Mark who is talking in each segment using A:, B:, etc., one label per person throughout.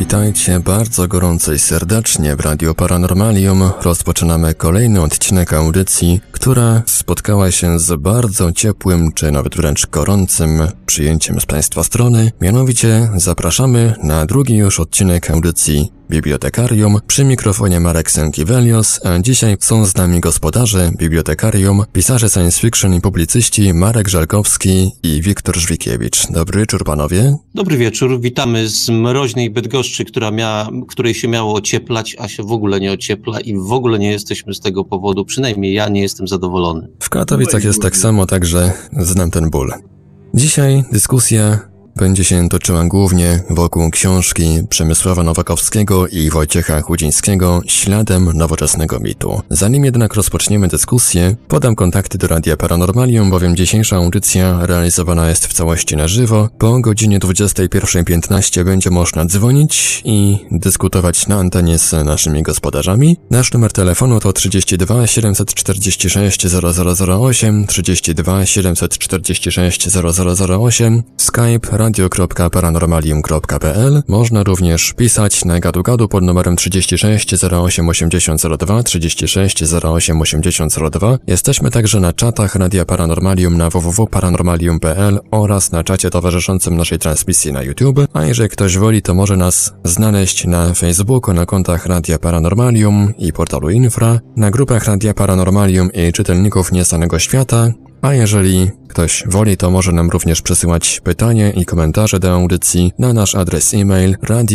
A: Witajcie bardzo gorąco i serdecznie w Radio Paranormalium. Rozpoczynamy kolejny odcinek audycji, która spotkała się z bardzo ciepłym, czy nawet wręcz gorącym przyjęciem z Państwa strony. Mianowicie zapraszamy na drugi już odcinek audycji Bibliotekarium. Przy mikrofonie Marek Sękiewelios, a dzisiaj są z nami gospodarze Bibliotekarium, pisarze science fiction i publicyści Marek Żalkowski i Wiktor Żwikiewicz. Dobry wieczór, panowie.
B: Dobry wieczór, witamy z mroźnej Bydgoszczy, której się miało ocieplać, a się w ogóle nie ociepla i w ogóle nie jesteśmy z tego powodu, przynajmniej ja nie jestem zadowolony.
A: W Katowicach jest tak samo, także znam ten ból. Dzisiaj dyskusja będzie się toczyła głównie wokół książki Przemysława Nowakowskiego i Wojciecha Chudzińskiego Śladem nowoczesnego mitu. Zanim jednak rozpoczniemy dyskusję, podam kontakty do Radia Paranormalium, bowiem dzisiejsza audycja realizowana jest w całości na żywo. Po godzinie 21:15 będzie można dzwonić i dyskutować na antenie z naszymi gospodarzami. Nasz numer telefonu to 32 746 0008, 32 746 0008, Skype radio.paranormalium.pl. Można również pisać na gadu-gadu pod numerem 36 08 8002, 36 08 8002. Jesteśmy także na czatach Radia Paranormalium na www.paranormalium.pl oraz na czacie towarzyszącym naszej transmisji na YouTube. A jeżeli ktoś woli, to może nas znaleźć na Facebooku, na kontach Radia Paranormalium i portalu Infra, na grupach Radia Paranormalium i czytelników Nieznanego Świata. A jeżeli ktoś woli, to może nam również przesyłać pytania i komentarze do audycji na nasz adres e-mail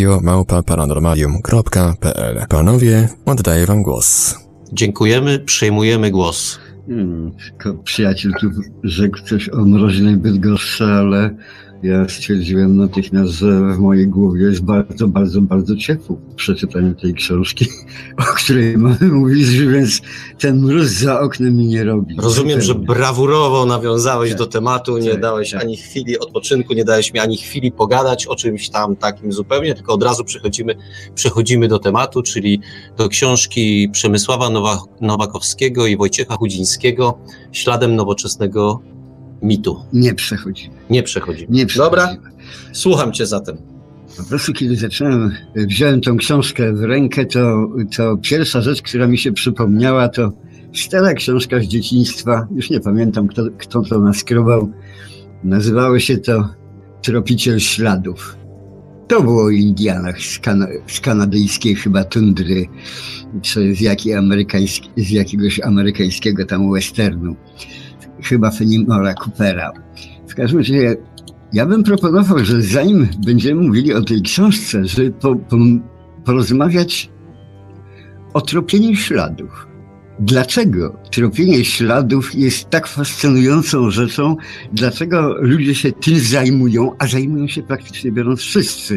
A: radio@paranormalium.pl. Panowie, oddaję wam głos.
B: Dziękujemy, przejmujemy głos.
C: Przyjaciel tu rzekł coś o mroźnej Bydgoszczy, ale ja stwierdziłem natychmiast, że w mojej głowie jest bardzo, bardzo, bardzo ciepło przeczytanie tej książki, o której mamy mówić, więc ten mróz za oknem mi nie robi.
B: Rozumiem, że brawurowo nawiązałeś do tematu, nie dałeś ani chwili odpoczynku, nie dałeś mi ani chwili pogadać o czymś tam takim zupełnie, tylko od razu przechodzimy do tematu, czyli do książki Przemysława Nowakowskiego i Wojciecha Chudzińskiego Śladem nowoczesnego mitu.
C: Nie przechodzimy.
B: Dobra, słucham cię zatem.
C: Po prostu kiedy wziąłem tą książkę w rękę, to pierwsza rzecz, która mi się przypomniała, to stara książka z dzieciństwa. Już nie pamiętam, kto to naskrobał. Nazywało się to Tropiciel Śladów. To było o Indianach z kanadyjskiej chyba tundry, czy z jakiegoś amerykańskiego tam westernu. Chyba Fenimora Coopera. W każdym razie ja bym proponował, że zanim będziemy mówili o tej książce, żeby porozmawiać o tropieniu śladów. Dlaczego tropienie śladów jest tak fascynującą rzeczą? Dlaczego ludzie się tym zajmują, a zajmują się praktycznie biorąc wszyscy?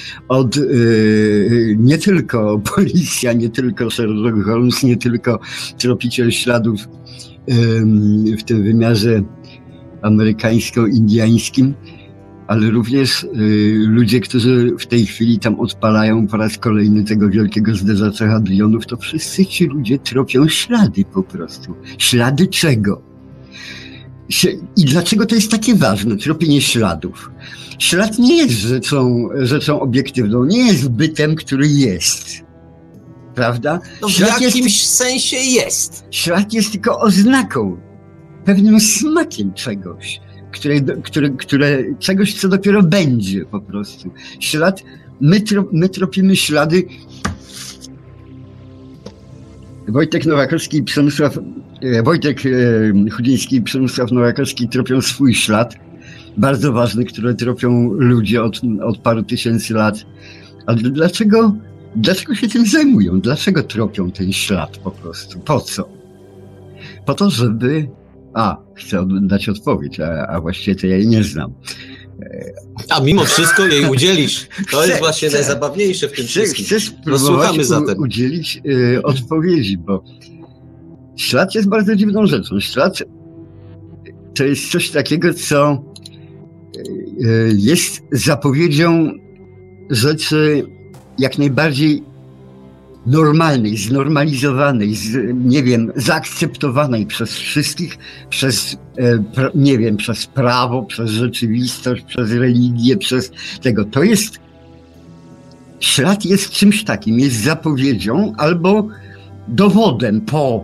C: Nie tylko policja, nie tylko Sherlock Holmes, nie tylko tropiciel śladów w tym wymiarze amerykańsko-indiańskim, ale również ludzie, którzy w tej chwili tam odpalają po raz kolejny tego wielkiego zderzacza hadronów, to wszyscy ci ludzie tropią ślady po prostu. Ślady czego? I dlaczego to jest takie ważne, tropienie śladów? Ślad nie jest rzeczą obiektywną, nie jest bytem, który jest. Prawda?
B: No w jakimś sensie jest.
C: Ślad jest tylko oznaką, pewnym smakiem czegoś, czegoś, co dopiero będzie po prostu. Ślad, my tropimy ślady. Wojtek Chudziński i Przemysław Nowakowski tropią swój ślad, bardzo ważny, który tropią ludzie od paru tysięcy lat. Ale dlaczego się tym zajmują? Dlaczego tropią ten ślad po prostu? Po co? Po to, żeby... chcę dać odpowiedź, a właściwie to ja jej nie znam.
B: A mimo wszystko jej udzielisz. To jest właśnie najzabawniejsze w tym wszystkim.
C: Chcę spróbować udzielić odpowiedzi, bo ślad jest bardzo dziwną rzeczą. Ślad to jest coś takiego, co jest zapowiedzią rzeczy jak najbardziej normalnej, znormalizowanej, zaakceptowanej przez wszystkich, przez prawo, przez rzeczywistość, przez religię, przez tego. To jest ślad jest czymś takim, jest zapowiedzią albo dowodem po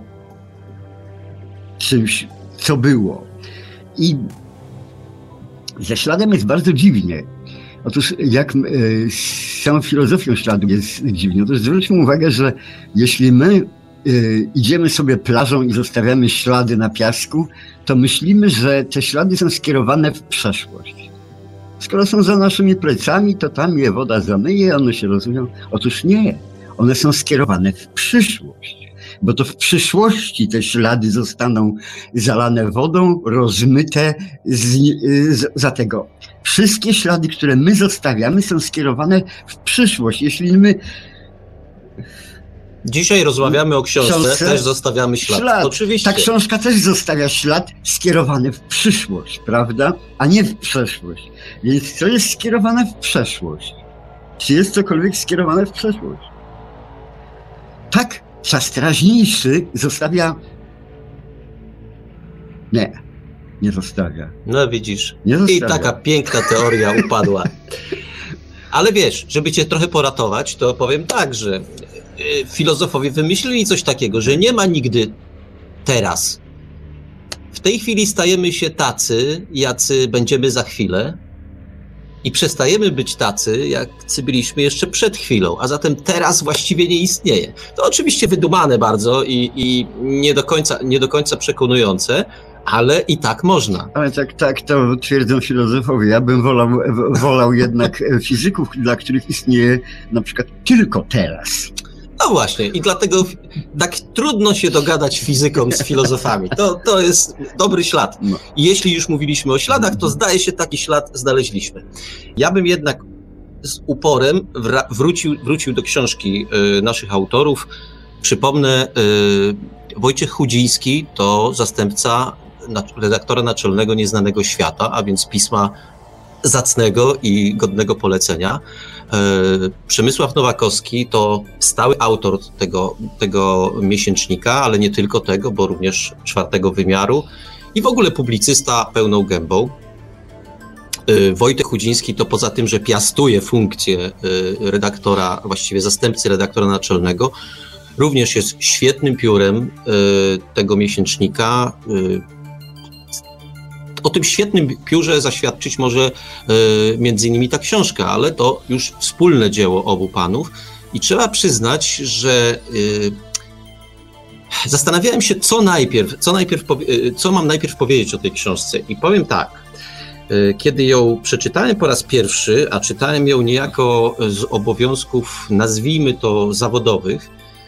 C: czymś, co było. I ze śladem jest bardzo dziwnie. Otóż jak z samą filozofią śladu jest dziwnie. Otóż zwróćmy uwagę, że jeśli my idziemy sobie plażą i zostawiamy ślady na piasku, to myślimy, że te ślady są skierowane w przeszłość. Skoro są za naszymi plecami, to tam je woda zamyje, one się rozwiją. Otóż nie, one są skierowane w przyszłość, bo to w przyszłości te ślady zostaną zalane wodą, rozmyte za tego. Wszystkie ślady, które my zostawiamy, są skierowane w przyszłość. Jeśli my
B: dzisiaj rozmawiamy o książce, też zostawiamy ślad. Oczywiście.
C: Ta książka też zostawia ślad skierowany w przyszłość, prawda? A nie w przeszłość. Więc co jest skierowane w przeszłość? Czy jest cokolwiek skierowane w przeszłość? Tak, czas teraźniejszy zostawia... Nie zostawia.
B: No widzisz.
C: Nie zostawia.
B: I taka piękna teoria upadła. Ale wiesz, żeby cię trochę poratować, to powiem tak, że filozofowie wymyślili coś takiego, że nie ma nigdy teraz. W tej chwili stajemy się tacy, jacy będziemy za chwilę i przestajemy być tacy, jacy byliśmy jeszcze przed chwilą, a zatem teraz właściwie nie istnieje. To oczywiście wydumane bardzo i nie do końca przekonujące, ale i tak można.
C: Ale tak to twierdzą filozofowie. Ja bym wolał jednak fizyków, dla których istnieje na przykład tylko teraz.
B: No właśnie, i dlatego tak trudno się dogadać fizykom z filozofami. To jest dobry ślad. I jeśli już mówiliśmy o śladach, to zdaje się taki ślad znaleźliśmy. Ja bym jednak z uporem wrócił do książki naszych autorów. Przypomnę, Wojciech Chudziński to zastępca redaktora naczelnego Nieznanego Świata, a więc pisma zacnego i godnego polecenia. Przemysław Nowakowski to stały autor tego miesięcznika, ale nie tylko tego, bo również Czwartego Wymiaru i w ogóle publicysta pełną gębą. Wojtek Chudziński to poza tym, że piastuje funkcję redaktora, właściwie zastępcy redaktora naczelnego, również jest świetnym piórem tego miesięcznika. O tym świetnym piórze zaświadczyć może między innymi ta książka, ale to już wspólne dzieło obu panów i trzeba przyznać, że zastanawiałem się, co mam najpierw powiedzieć o tej książce i powiem tak, kiedy ją przeczytałem po raz pierwszy, a czytałem ją niejako z obowiązków, nazwijmy to zawodowych,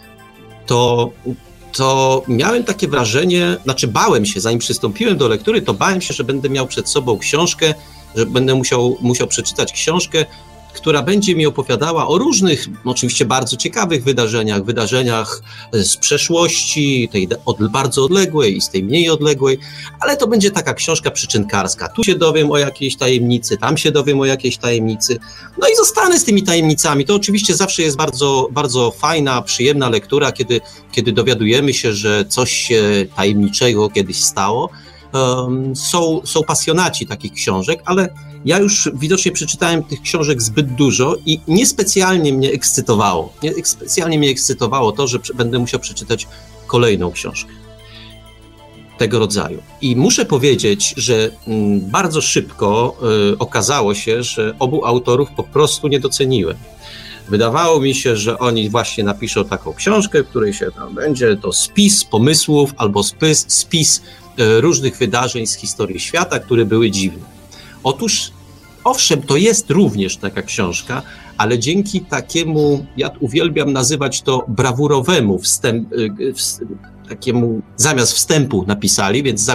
B: to miałem takie wrażenie, bałem się, zanim przystąpiłem do lektury, to bałem się, że będę miał przed sobą książkę, że będę musiał przeczytać książkę, która będzie mi opowiadała o różnych, oczywiście bardzo ciekawych wydarzeniach z przeszłości, tej bardzo odległej i z tej mniej odległej, ale to będzie taka książka przyczynkarska. Tu się dowiem o jakiejś tajemnicy, tam się dowiem o jakiejś tajemnicy, no i zostanę z tymi tajemnicami. To oczywiście zawsze jest bardzo, bardzo fajna, przyjemna lektura, kiedy dowiadujemy się, że coś się tajemniczego kiedyś stało. Są pasjonaci takich książek, ale ja już widocznie przeczytałem tych książek zbyt dużo i niespecjalnie mnie ekscytowało to, że będę musiał przeczytać kolejną książkę tego rodzaju. I muszę powiedzieć, że bardzo szybko okazało się, że obu autorów po prostu nie doceniłem. Wydawało mi się, że oni właśnie napiszą taką książkę, w której się tam będzie to spis pomysłów albo spis różnych wydarzeń z historii świata, które były dziwne. Otóż, owszem, to jest również taka książka, ale dzięki takiemu, ja uwielbiam nazywać to brawurowemu takiemu, zamiast wstępu napisali, więc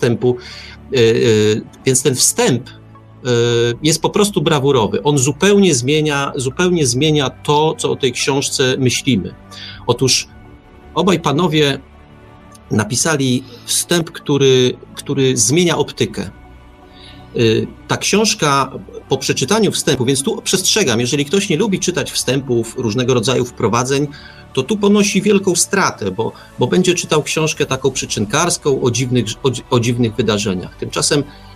B: więc ten wstęp jest po prostu brawurowy. On zupełnie zmienia to, co o tej książce myślimy. Otóż obaj panowie napisali wstęp, który zmienia optykę. Ta książka po przeczytaniu wstępu, więc tu przestrzegam, jeżeli ktoś nie lubi czytać wstępów, różnego rodzaju wprowadzeń, to tu ponosi wielką stratę, bo będzie czytał książkę taką przyczynkarską o dziwnych wydarzeniach. Tymczasem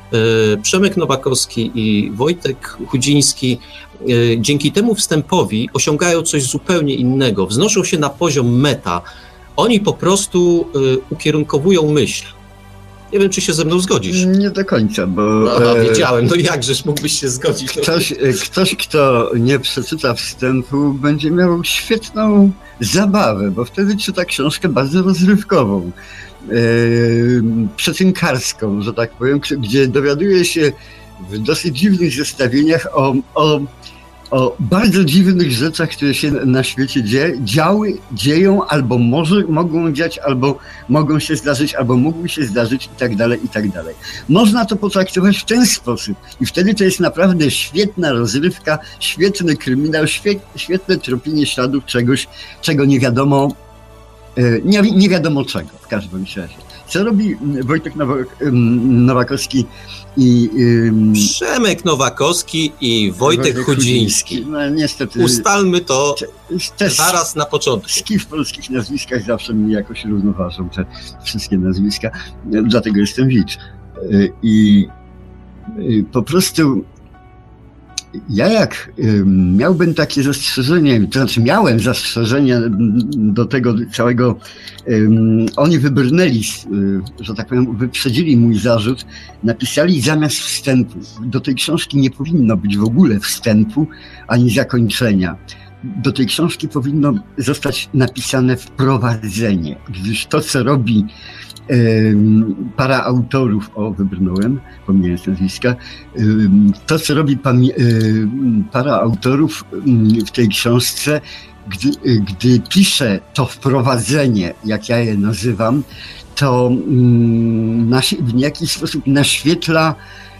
B: Przemek Nowakowski i Wojtek Chudziński dzięki temu wstępowi osiągają coś zupełnie innego, wznoszą się na poziom meta. Oni po prostu ukierunkowują myśl. Nie wiem, czy się ze mną zgodzisz.
C: Nie do końca, bo...
B: No, wiedziałem, no jakżeż mógłbyś się zgodzić.
C: Ktoś, kto nie przeczyta wstępu, będzie miał świetną zabawę, bo wtedy czyta książkę bardzo rozrywkową, przecynkarską, że tak powiem, gdzie dowiaduje się w dosyć dziwnych zestawieniach o bardzo dziwnych rzeczach, które się na świecie dzieją, albo mogą dziać, albo mogą się zdarzyć, albo mogły się zdarzyć i tak dalej, i tak dalej. Można to potraktować w ten sposób i wtedy to jest naprawdę świetna rozrywka, świetny kryminał, świetne tropienie śladów czegoś, czego nie wiadomo, nie wiadomo czego w każdym razie. Co robi Wojtek Nowakowski i...
B: Przemek Nowakowski i Wojtek Chudziński.
C: No niestety...
B: Ustalmy to zaraz na początku.
C: W polskich nazwiskach zawsze mi jakoś równoważą te wszystkie nazwiska, dlatego jestem widz. I po prostu ja jak miałbym takie zastrzeżenie, to znaczy miałem zastrzeżenie do tego całego, oni wybrnęli, że tak powiem, wyprzedzili mój zarzut, napisali zamiast wstępu. Do tej książki nie powinno być w ogóle wstępu ani zakończenia. Do tej książki powinno zostać napisane wprowadzenie, gdyż to, co robi para autorów, wybrnąłem, pomijając nazwiska, to, co robi para autorów w tej książce, gdy pisze to wprowadzenie, jak ja je nazywam, to w jakiś sposób naświetla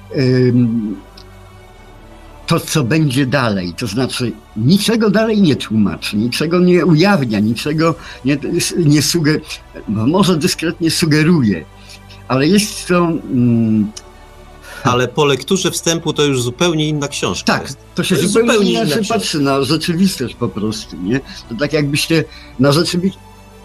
C: to, co będzie dalej, to znaczy niczego dalej nie tłumaczy, niczego nie ujawnia, niczego nie sugeruje, może dyskretnie sugeruje, ale jest to...
B: Ale po lekturze wstępu to już zupełnie inna książka.
C: Tak, to się zupełnie inaczej patrzy na rzeczywistość po prostu, nie? To tak jakbyście na rzeczywistość...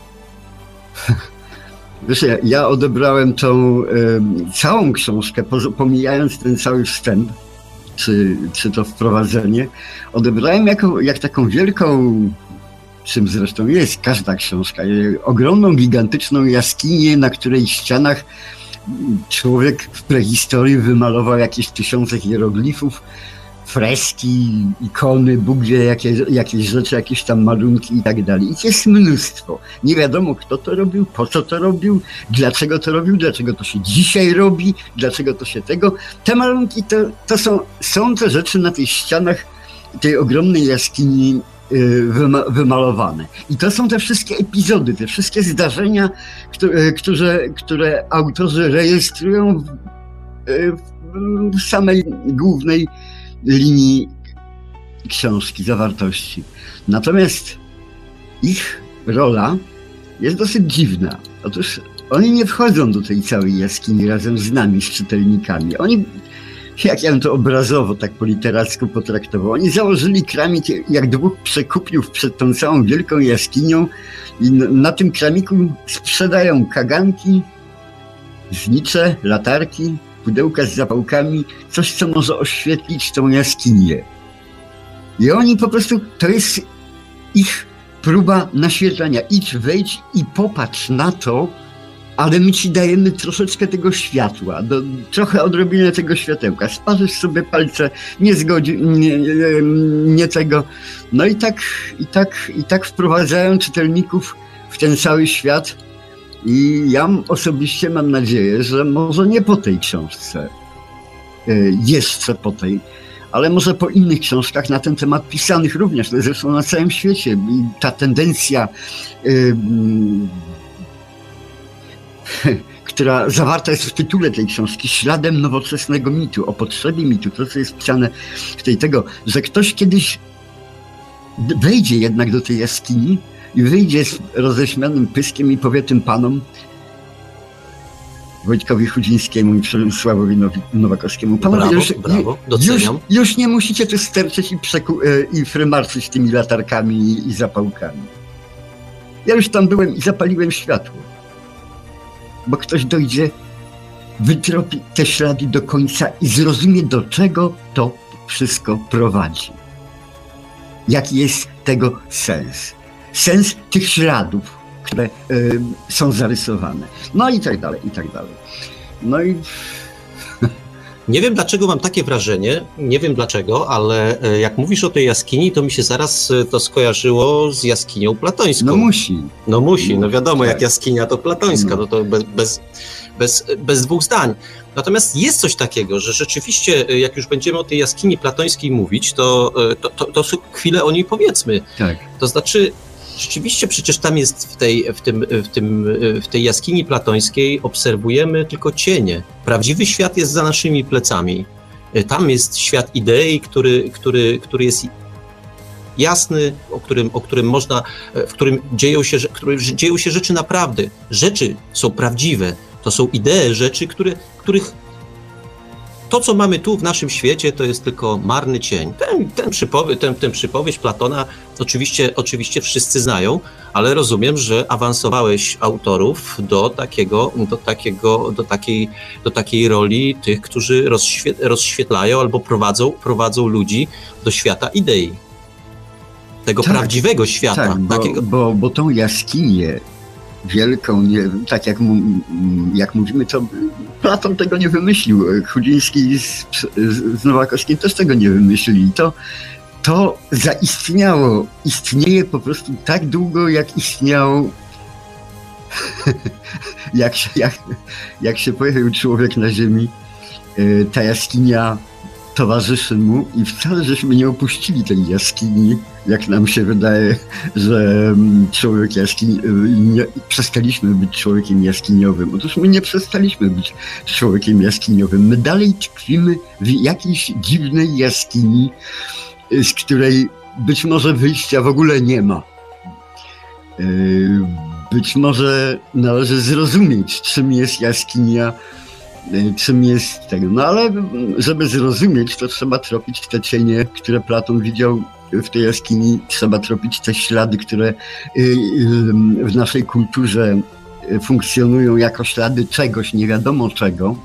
C: Wiesz, ja odebrałem tą całą książkę, pomijając ten cały wstęp, czy to wprowadzenie, odebrałem jak taką wielką, czym zresztą jest każda książka, ogromną, gigantyczną jaskinię, na której ścianach człowiek w prehistorii wymalował jakieś tysiące hieroglifów, freski, ikony, Bóg wie, jakieś rzeczy, jakieś tam malunki i tak dalej. I jest mnóstwo. Nie wiadomo, kto to robił, po co to robił, dlaczego to robił, dlaczego to się dzisiaj robi, dlaczego to się tego. Te malunki to są te rzeczy na tych ścianach tej ogromnej jaskini wymalowane. I to są te wszystkie epizody, te wszystkie zdarzenia, które autorzy rejestrują w samej głównej linii książki, zawartości. Natomiast ich rola jest dosyć dziwna. Otóż oni nie wchodzą do tej całej jaskini razem z nami, z czytelnikami. Oni, jak ja bym to obrazowo, tak po literacku potraktował, oni założyli kramik jak dwóch przekupiów przed tą całą wielką jaskinią i na tym kramiku sprzedają kaganki, znicze, latarki, pudełka z zapałkami, coś, co może oświetlić tą jaskinię. I oni po prostu, to jest ich próba naświetlania. Idź, wejdź i popatrz na to, ale my ci dajemy troszeczkę tego światła, trochę odrobinę tego światełka. Sparzysz sobie palce, nie tego. No i tak wprowadzają czytelników w ten cały świat. I ja osobiście mam nadzieję, że może nie po tej książce, jeszcze po tej, ale może po innych książkach na ten temat pisanych również, zresztą na całym świecie. I ta tendencja, która zawarta jest w tytule tej książki, śladem nowoczesnego mitu, o potrzebie mitu, to co jest pisane w tego, że ktoś kiedyś wejdzie jednak do tej jaskini i wyjdzie z roześmianym pyskiem i powie tym panom, Wojtkowi Chudzińskiemu i Przemysławowi Nowakowskiemu, panowie,
B: brawo, doceniam.
C: Już nie musicie tu sterczeć i frymarczyć tymi latarkami i zapałkami. Ja już tam byłem i zapaliłem światło. Bo ktoś dojdzie wytropi te ślady do końca i zrozumie, do czego to wszystko prowadzi. Jaki jest tego sens? Sens tych śladów, które są zarysowane. No i tak dalej, i tak dalej. No i...
B: Nie wiem, dlaczego mam takie wrażenie, nie wiem dlaczego, ale jak mówisz o tej jaskini, to mi się zaraz to skojarzyło z jaskinią platońską.
C: No musi.
B: No wiadomo,
C: tak.
B: Jak jaskinia to platońska, no to bez dwóch zdań. Natomiast jest coś takiego, że rzeczywiście, jak już będziemy o tej jaskini platońskiej mówić, to chwilę o niej powiedzmy.
C: Tak.
B: To znaczy, rzeczywiście przecież tam jest w tej jaskini platońskiej obserwujemy tylko cienie. Prawdziwy świat jest za naszymi plecami. Tam jest świat idei, który jest jasny, w którym dzieją się rzeczy naprawdę. Rzeczy są prawdziwe. To są idee rzeczy, których to, co mamy tu w naszym świecie, to jest tylko marny cień. Tę przypowieść Platona oczywiście wszyscy znają, ale rozumiem, że awansowałeś autorów do takiej roli tych, którzy rozświetlają albo prowadzą ludzi do świata idei. Tego prawdziwego świata.
C: Tak, bo tą jaskinię wielką, tak jak mówimy, to Platon tego nie wymyślił, Chudziński z Nowakowskim też tego nie wymyślili. To zaistniało, istnieje po prostu tak długo, jak istniał, jak się pojawił człowiek na ziemi, ta jaskinia towarzyszy mu i wcale żeśmy nie opuścili tej jaskini, jak nam się wydaje, że przestaliśmy być człowiekiem jaskiniowym. Otóż my nie przestaliśmy być człowiekiem jaskiniowym. My dalej tkwimy w jakiejś dziwnej jaskini, z której być może wyjścia w ogóle nie ma. Być może należy zrozumieć, czym jest jaskinia, czym jest tego. No ale żeby zrozumieć, to trzeba tropić te cienie, które Platon widział w tej jaskini. Trzeba tropić te ślady, które w naszej kulturze funkcjonują jako ślady czegoś, nie wiadomo czego.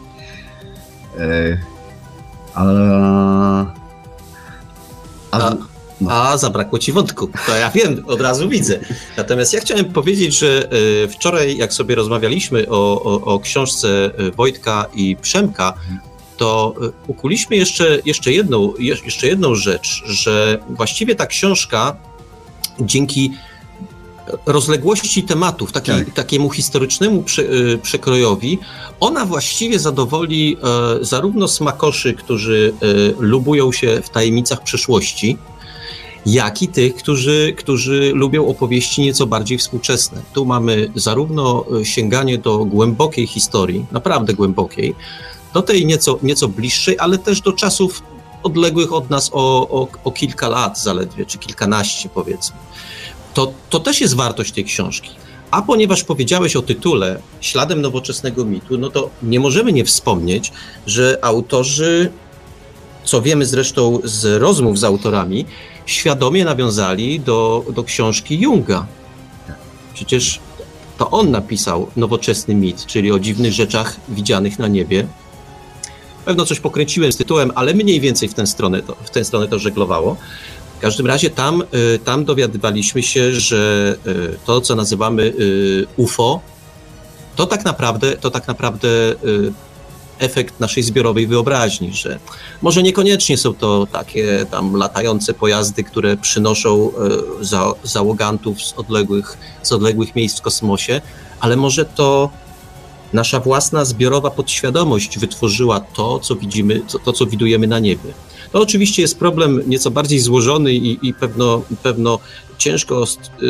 B: A zabrakło ci wątku, to ja wiem, od razu widzę. Natomiast ja chciałem powiedzieć, że wczoraj, jak sobie rozmawialiśmy o książce Wojtka i Przemka, to ukuliśmy jeszcze jedną rzecz, że właściwie ta książka dzięki rozległości tematów, takiemu historycznemu przekrojowi, ona właściwie zadowoli zarówno smakoszy, którzy lubują się w tajemnicach przeszłości, jak i tych, którzy lubią opowieści nieco bardziej współczesne. Tu mamy zarówno sięganie do głębokiej historii, naprawdę głębokiej, do tej nieco bliższej, ale też do czasów odległych od nas o kilka lat zaledwie, czy kilkanaście powiedzmy. To też jest wartość tej książki. A ponieważ powiedziałeś o tytule Śladem nowoczesnego mitu, no to nie możemy nie wspomnieć, że autorzy, co wiemy zresztą z rozmów z autorami, świadomie nawiązali do książki Junga. Przecież to on napisał Nowoczesny mit, czyli o dziwnych rzeczach widzianych na niebie. Pewno coś pokręciłem z tytułem, ale mniej więcej w tę stronę to żeglowało. W każdym razie tam dowiadywaliśmy się, że to, co nazywamy UFO, to tak naprawdę efekt naszej zbiorowej wyobraźni, że może niekoniecznie są to takie tam latające pojazdy, które przynoszą załogantów z odległych miejsc w kosmosie, ale może to nasza własna zbiorowa podświadomość wytworzyła to, co widzimy, to, co widujemy na niebie. To oczywiście jest problem nieco bardziej złożony i pewno ciężko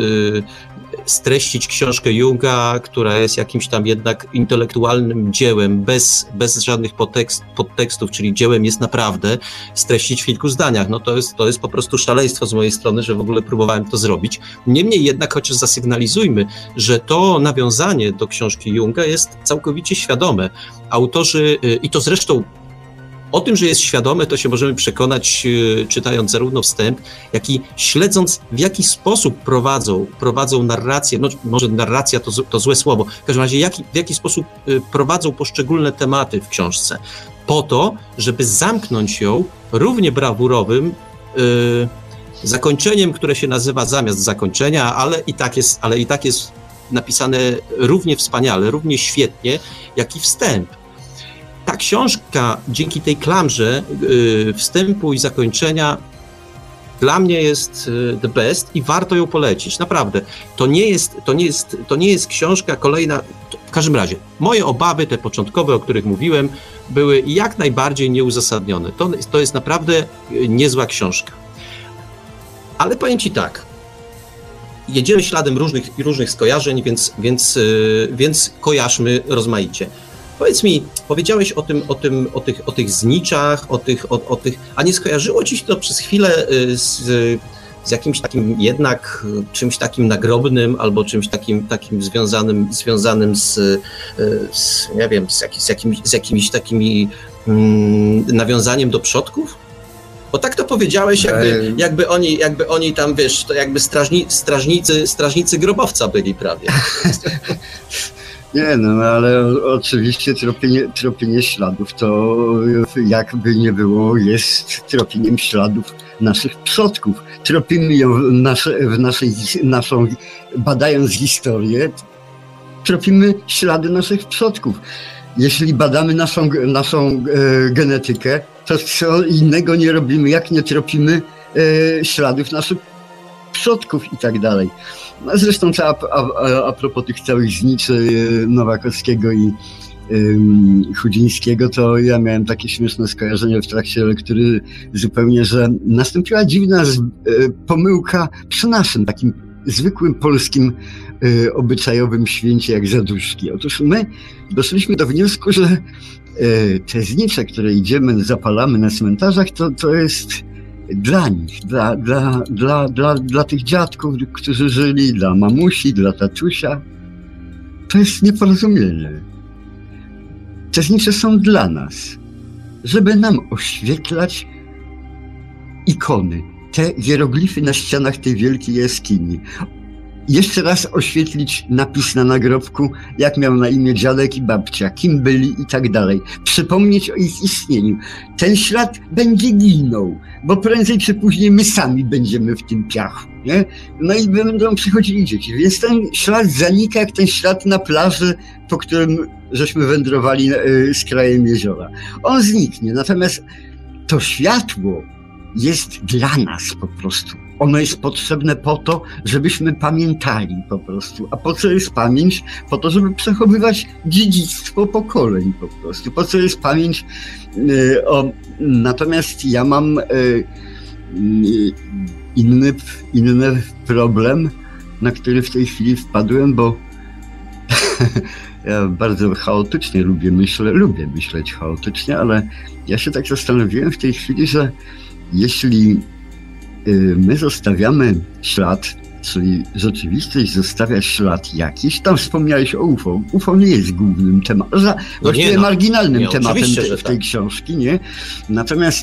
B: streścić książkę Junga, która jest jakimś tam jednak intelektualnym dziełem, bez żadnych podtekstów, czyli dziełem jest naprawdę, streścić w kilku zdaniach. No to jest po prostu szaleństwo z mojej strony, że w ogóle próbowałem to zrobić. Niemniej jednak, chociaż zasygnalizujmy, że to nawiązanie do książki Junga jest całkowicie świadome. Autorzy, i to zresztą O tym, że jest świadomy, to się możemy przekonać, czytając zarówno wstęp, jak i śledząc, w jaki sposób prowadzą narrację, no może narracja to złe słowo, w każdym razie w jaki sposób prowadzą poszczególne tematy w książce, po to, żeby zamknąć ją równie brawurowym zakończeniem, które się nazywa zamiast zakończenia, ale i tak jest napisane równie wspaniale, równie świetnie, jak i wstęp. Ta książka dzięki tej klamrze wstępu i zakończenia dla mnie jest the best i warto ją polecić, naprawdę. To nie jest książka kolejna, w każdym razie moje obawy, te początkowe, o których mówiłem, były jak najbardziej nieuzasadnione. To jest naprawdę niezła książka. Ale powiem ci tak, jedziemy śladem różnych skojarzeń, więc kojarzmy rozmaicie. Powiedz mi, powiedziałeś o tych zniczach, a nie skojarzyło ci się to przez chwilę z jakimś takim jednak czymś takim nagrobnym albo czymś takim związanym z nie wiem, z jakimiś takimi nawiązaniem do przodków? Bo tak to powiedziałeś, jakby oni tam, wiesz, to jakby strażnicy grobowca byli prawie.
C: Nie, no ale oczywiście tropienie śladów to jakby nie było, jest tropieniem śladów naszych przodków. Tropimy ją naszą badając historię, tropimy ślady naszych przodków. Jeśli badamy naszą genetykę, to co innego nie robimy, jak nie tropimy śladów naszych przodków i tak dalej. No zresztą a propos tych całych zniczy Nowakowskiego i Chudzińskiego, to ja miałem takie śmieszne skojarzenie w trakcie lektury zupełnie, że nastąpiła dziwna pomyłka przy naszym takim zwykłym polskim obyczajowym święcie jak zaduszki. Otóż my doszliśmy do wniosku, że te znicze, które zapalamy na cmentarzach, to jest dla nich, dla tych dziadków, którzy żyli, dla mamusi, dla tatusia. To jest nieporozumienie. Te znicze są dla nas, żeby nam oświetlać ikony, te hieroglify na ścianach tej wielkiej jaskini. Jeszcze raz oświetlić napis na nagrobku, jak miał na imię dziadek i babcia, kim byli i tak dalej. Przypomnieć o ich istnieniu. Ten ślad będzie ginął, bo prędzej czy później my sami będziemy w tym piachu, nie? No i będą przychodzili dzieci, więc ten ślad zanika jak ten ślad na plaży, po którym żeśmy wędrowali z krajem jeziora. On zniknie, natomiast to światło jest dla nas po prostu. Ono jest potrzebne po to, żebyśmy pamiętali po prostu. A po co jest pamięć? Po to, żeby przechowywać dziedzictwo pokoleń po prostu. Po co jest pamięć? Natomiast ja mam inny problem, na który w tej chwili wpadłem, bo ja bardzo chaotycznie lubię myśleć chaotycznie, ale ja się tak zastanowiłem w tej chwili, że jeśli my zostawiamy ślad, czyli rzeczywistość zostawia ślad jakiś, tam wspomniałeś o UFO. UFO nie jest głównym tematem, właściwie marginalnym tematem tej książki, nie? Natomiast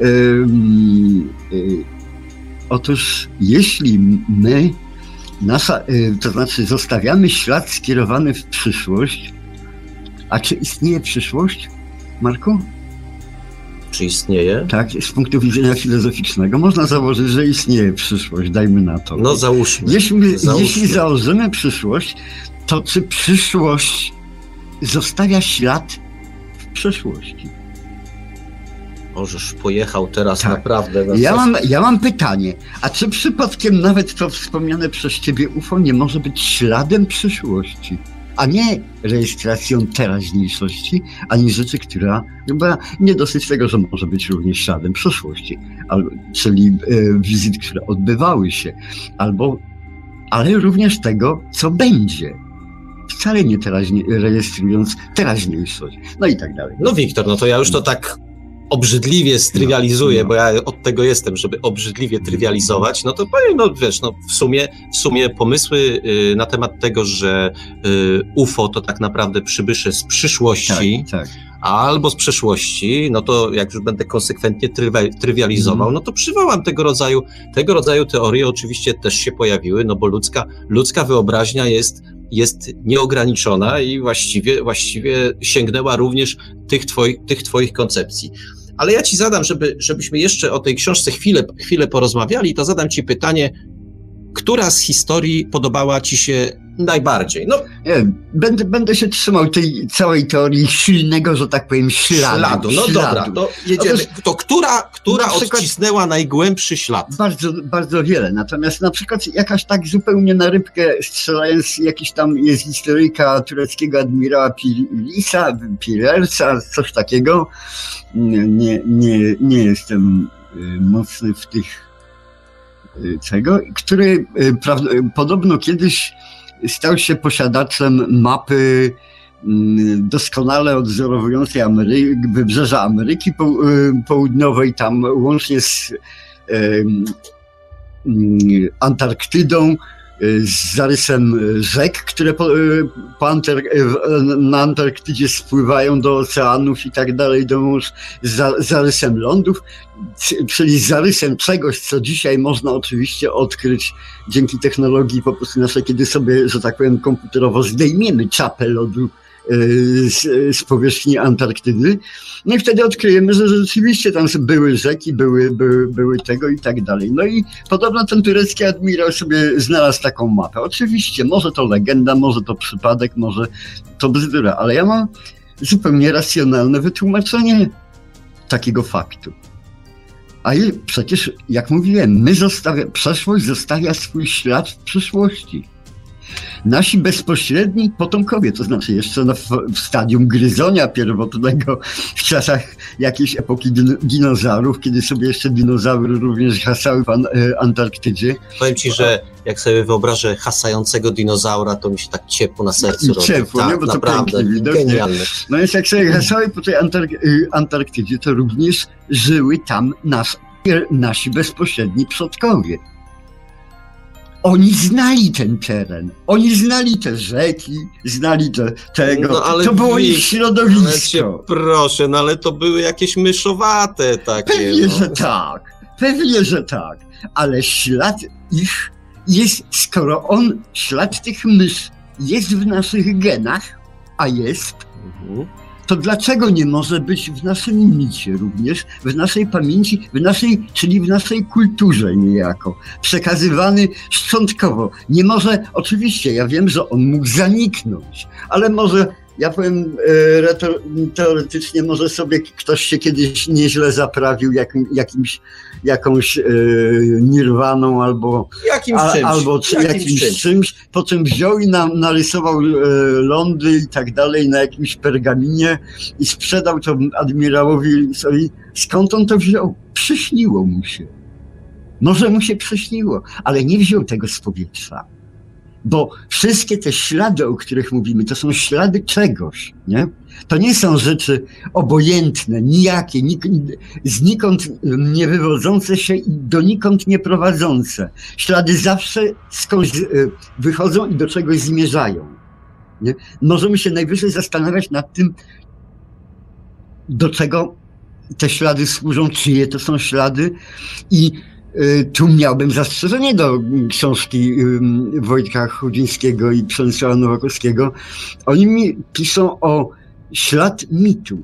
C: otóż jeśli my to znaczy zostawiamy ślad skierowany w przyszłość, a czy istnieje przyszłość, Marku?
B: Czy istnieje?
C: Tak, z punktu widzenia filozoficznego można założyć, że istnieje przyszłość, dajmy na to.
B: No załóżmy.
C: Jeśli założymy przyszłość, to czy przyszłość zostawia ślad w przeszłości?
B: Możesz pojechał teraz
C: tak.
B: Naprawdę.
C: Ja mam pytanie, a czy przypadkiem nawet to wspomniane przez ciebie UFO nie może być śladem przyszłości? A nie rejestracją teraźniejszości, ani rzeczy, która chyba nie dosyć tego, że może być również śladem przeszłości, czyli wizyt, które odbywały się, ale również tego, co będzie. Wcale nie rejestrując teraźniejszość, no i tak dalej.
B: No Wiktor, no to ja już to tak obrzydliwie strywializuję, bo ja od tego jestem, żeby obrzydliwie trywializować, no to powiem, no wiesz, no w sumie pomysły na temat tego, że UFO to tak naprawdę przybysze z przyszłości, tak. Albo z przeszłości, no to jak już będę konsekwentnie trywializował, no to przywołam tego rodzaju teorie, oczywiście też się pojawiły, no bo ludzka wyobraźnia jest nieograniczona i właściwie sięgnęła również tych twoich koncepcji. Ale ja ci zadam, żebyśmy jeszcze o tej książce chwilę porozmawiali, to zadam ci pytanie, która z historii podobała ci się najbardziej? No,
C: nie, będę się trzymał tej całej teorii silnego, że tak powiem, śladu.
B: No dobra, to jedziemy. To która odcisnęła najgłębszy ślad?
C: Bardzo, bardzo wiele. Natomiast na przykład jakaś tak zupełnie na rybkę strzelając, jakiś tam jest historyjka tureckiego admirała Pirelsa, coś takiego. Nie jestem mocny w tych który podobno kiedyś stał się posiadaczem mapy doskonale odwzorowującej wybrzeża Ameryki Południowej, tam łącznie z Antarktydą, z zarysem rzek, które na Antarktydzie spływają do oceanów i tak dalej, do mórz, z zarysem lądów, czyli z zarysem czegoś, co dzisiaj można oczywiście odkryć dzięki technologii po prostu naszej, kiedy sobie, że tak powiem, komputerowo zdejmiemy czapę lodu z powierzchni Antarktydy. No i wtedy odkryjemy, że rzeczywiście tam były rzeki, były tego i tak dalej. No i podobno ten turecki admirał sobie znalazł taką mapę. Oczywiście, może to legenda, może to przypadek, może to bzdura, ale ja mam zupełnie racjonalne wytłumaczenie takiego faktu. A przecież, jak mówiłem, przeszłość zostawia swój ślad w przyszłości. Nasi bezpośredni potomkowie, to znaczy jeszcze w stadium gryzonia pierwotnego, w czasach jakiejś epoki dinozaurów, kiedy sobie jeszcze dinozaury również hasały w Antarktydzie.
B: Powiem ci, że jak sobie wyobrażę hasającego dinozaura, to mi się tak ciepło na sercu robi.
C: Ciepło, tak, nie? Bo to naprawdę genialne. No więc jak sobie hasały po tej Antarktydzie, to również żyły tam nasi bezpośredni przodkowie. Oni znali ten teren, oni znali te rzeki, znali tego, no, ale to było ich środowisko. Ale cię
B: proszę, no ale to były jakieś myszowate takie.
C: Pewnie, że tak, ale ślad ich jest, skoro ślad tych mysz jest w naszych genach, a jest, to dlaczego nie może być w naszym micie również, w naszej pamięci, czyli w naszej kulturze niejako, przekazywany szczątkowo? Nie może, oczywiście, ja wiem, że on mógł zaniknąć, ale może, ja powiem teoretycznie, może sobie ktoś się kiedyś nieźle zaprawił jakąś nirwaną albo jakimś czymś, po czym wziął i narysował lądy i tak dalej na jakimś pergaminie i sprzedał to admirałowi. Skąd on to wziął? Przyśniło mu się. Może mu się przyśniło, ale nie wziął tego z powietrza. Bo wszystkie te ślady, o których mówimy, to są ślady czegoś, nie? To nie są rzeczy obojętne, nijakie, znikąd nie wywodzące się i donikąd nie prowadzące. Ślady zawsze skądś wychodzą i do czegoś zmierzają. Nie? Możemy się najwyżej zastanawiać nad tym, do czego te ślady służą, czyje to są ślady i tu miałbym zastrzeżenie do książki Wojtka Chudzińskiego i Przemysława Nowakowskiego. Oni mi piszą o ślad mitu.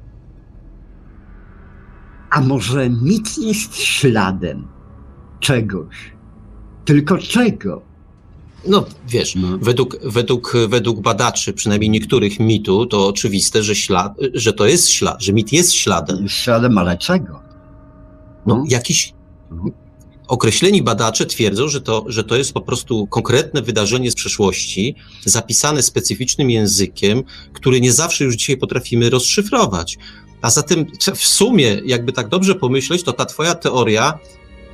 C: A może mit jest śladem czegoś? Tylko czego?
B: No wiesz, według badaczy, przynajmniej niektórych mitu, to oczywiste, że to jest ślad, że mit jest śladem.
C: Jest śladem, ale czego?
B: Jakiś... Określeni badacze twierdzą, że to jest po prostu konkretne wydarzenie z przeszłości, zapisane specyficznym językiem, który nie zawsze już dzisiaj potrafimy rozszyfrować. A zatem w sumie, jakby tak dobrze pomyśleć, to ta twoja teoria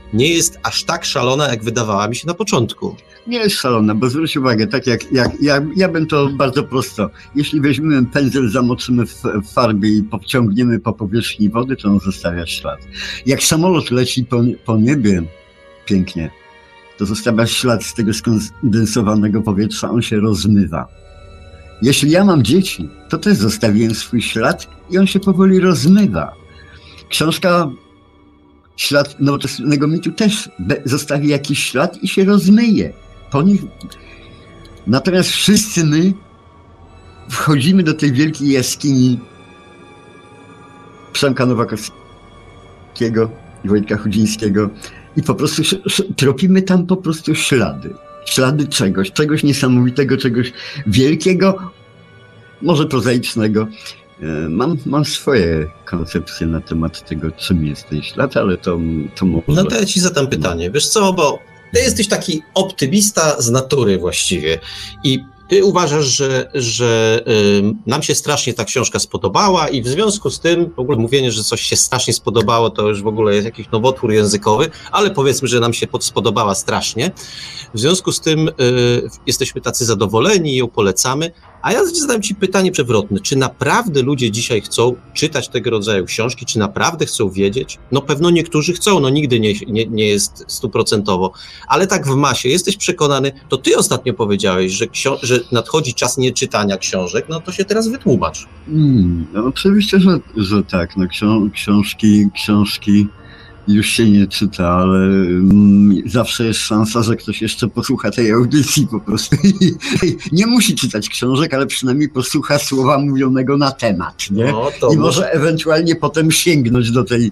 B: nie jest aż tak szalona, jak wydawała mi się na początku.
C: Nie jest szalona, bo zwróć uwagę, tak jak ja bym to bardzo prosto. Jeśli weźmiemy pędzel, zamoczymy w farbie i podciągniemy po powierzchni wody, to on zostawia ślad. Jak samolot leci po niebie pięknie, to zostawia ślad z tego skondensowanego powietrza, on się rozmywa. Jeśli ja mam dzieci, to też zostawiłem swój ślad i on się powoli rozmywa. Książka Ślad nowoczesnego mitu też zostawi jakiś ślad i się rozmyje. Po nich... Natomiast wszyscy my wchodzimy do tej wielkiej jaskini Przemka Nowakowskiego i Wojtka Chudzińskiego i po prostu tropimy tam po prostu ślady. Ślady czegoś niesamowitego, czegoś wielkiego, może prozaicznego. Mam swoje koncepcje na temat tego, czym jest ten ślad, ale to może...
B: No to ja ci zadam pytanie. Wiesz co, bo ty jesteś taki optymista z natury właściwie i ty uważasz, że nam się strasznie ta książka spodobała i w związku z tym w ogóle mówienie, że coś się strasznie spodobało, to już w ogóle jest jakiś nowotwór językowy, ale powiedzmy, że nam się spodobała strasznie. W związku z tym jesteśmy tacy zadowoleni i ją polecamy. A ja zadam ci pytanie przewrotne. Czy naprawdę ludzie dzisiaj chcą czytać tego rodzaju książki? Czy naprawdę chcą wiedzieć? No pewno niektórzy chcą, no nigdy nie jest 100%, ale tak w masie. Jesteś przekonany, to ty ostatnio powiedziałeś, że nadchodzi czas nieczytania książek, no to się teraz wytłumacz.
C: No oczywiście, że tak. No książki już się nie czyta, ale zawsze jest szansa, że ktoś jeszcze posłucha tej audycji po prostu. Nie musi czytać książek, ale przynajmniej posłucha słowa mówionego na temat, nie? No, i może ewentualnie potem sięgnąć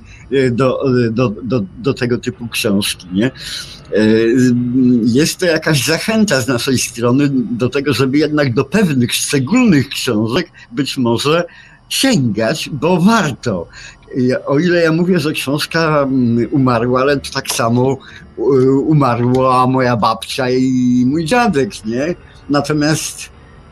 C: do tego typu książki, nie? Jest to jakaś zachęta z naszej strony do tego, żeby jednak do pewnych szczególnych książek być może sięgać, bo warto. O ile ja mówię, że książka umarła, ale tak samo umarła moja babcia i mój dziadek, nie? Natomiast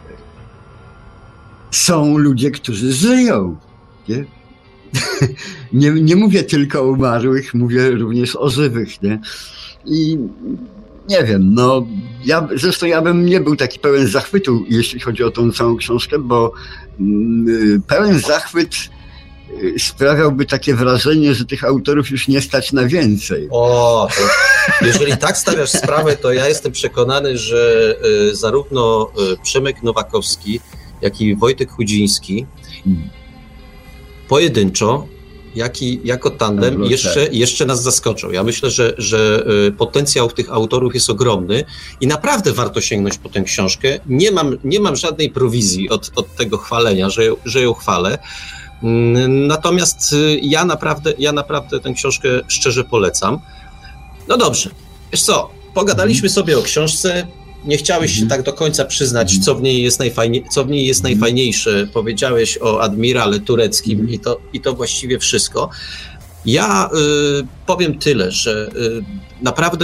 C: są ludzie, którzy żyją, nie? Nie mówię tylko o umarłych, mówię również o żywych, nie? I nie wiem, no zresztą ja bym nie był taki pełen zachwytu, jeśli chodzi o tą całą książkę, bo pełen zachwyt sprawiałby takie wrażenie, że tych autorów już nie stać na więcej.
B: O, to jeżeli tak stawiasz sprawę, to ja jestem przekonany, że zarówno Przemek Nowakowski, jak i Wojtek Chudziński pojedynczo, jak i jako tandem jeszcze nas zaskoczą. Ja myślę, że potencjał tych autorów jest ogromny i naprawdę warto sięgnąć po tę książkę. Nie mam żadnej prowizji od tego chwalenia, że ją chwalę. Natomiast ja naprawdę tę książkę szczerze polecam. No dobrze, wiesz co, pogadaliśmy sobie o książce, nie chciałeś się tak do końca przyznać, co w niej jest najfajniejsze. Powiedziałeś o admirale tureckim i to właściwie wszystko. Ja powiem tyle, że naprawdę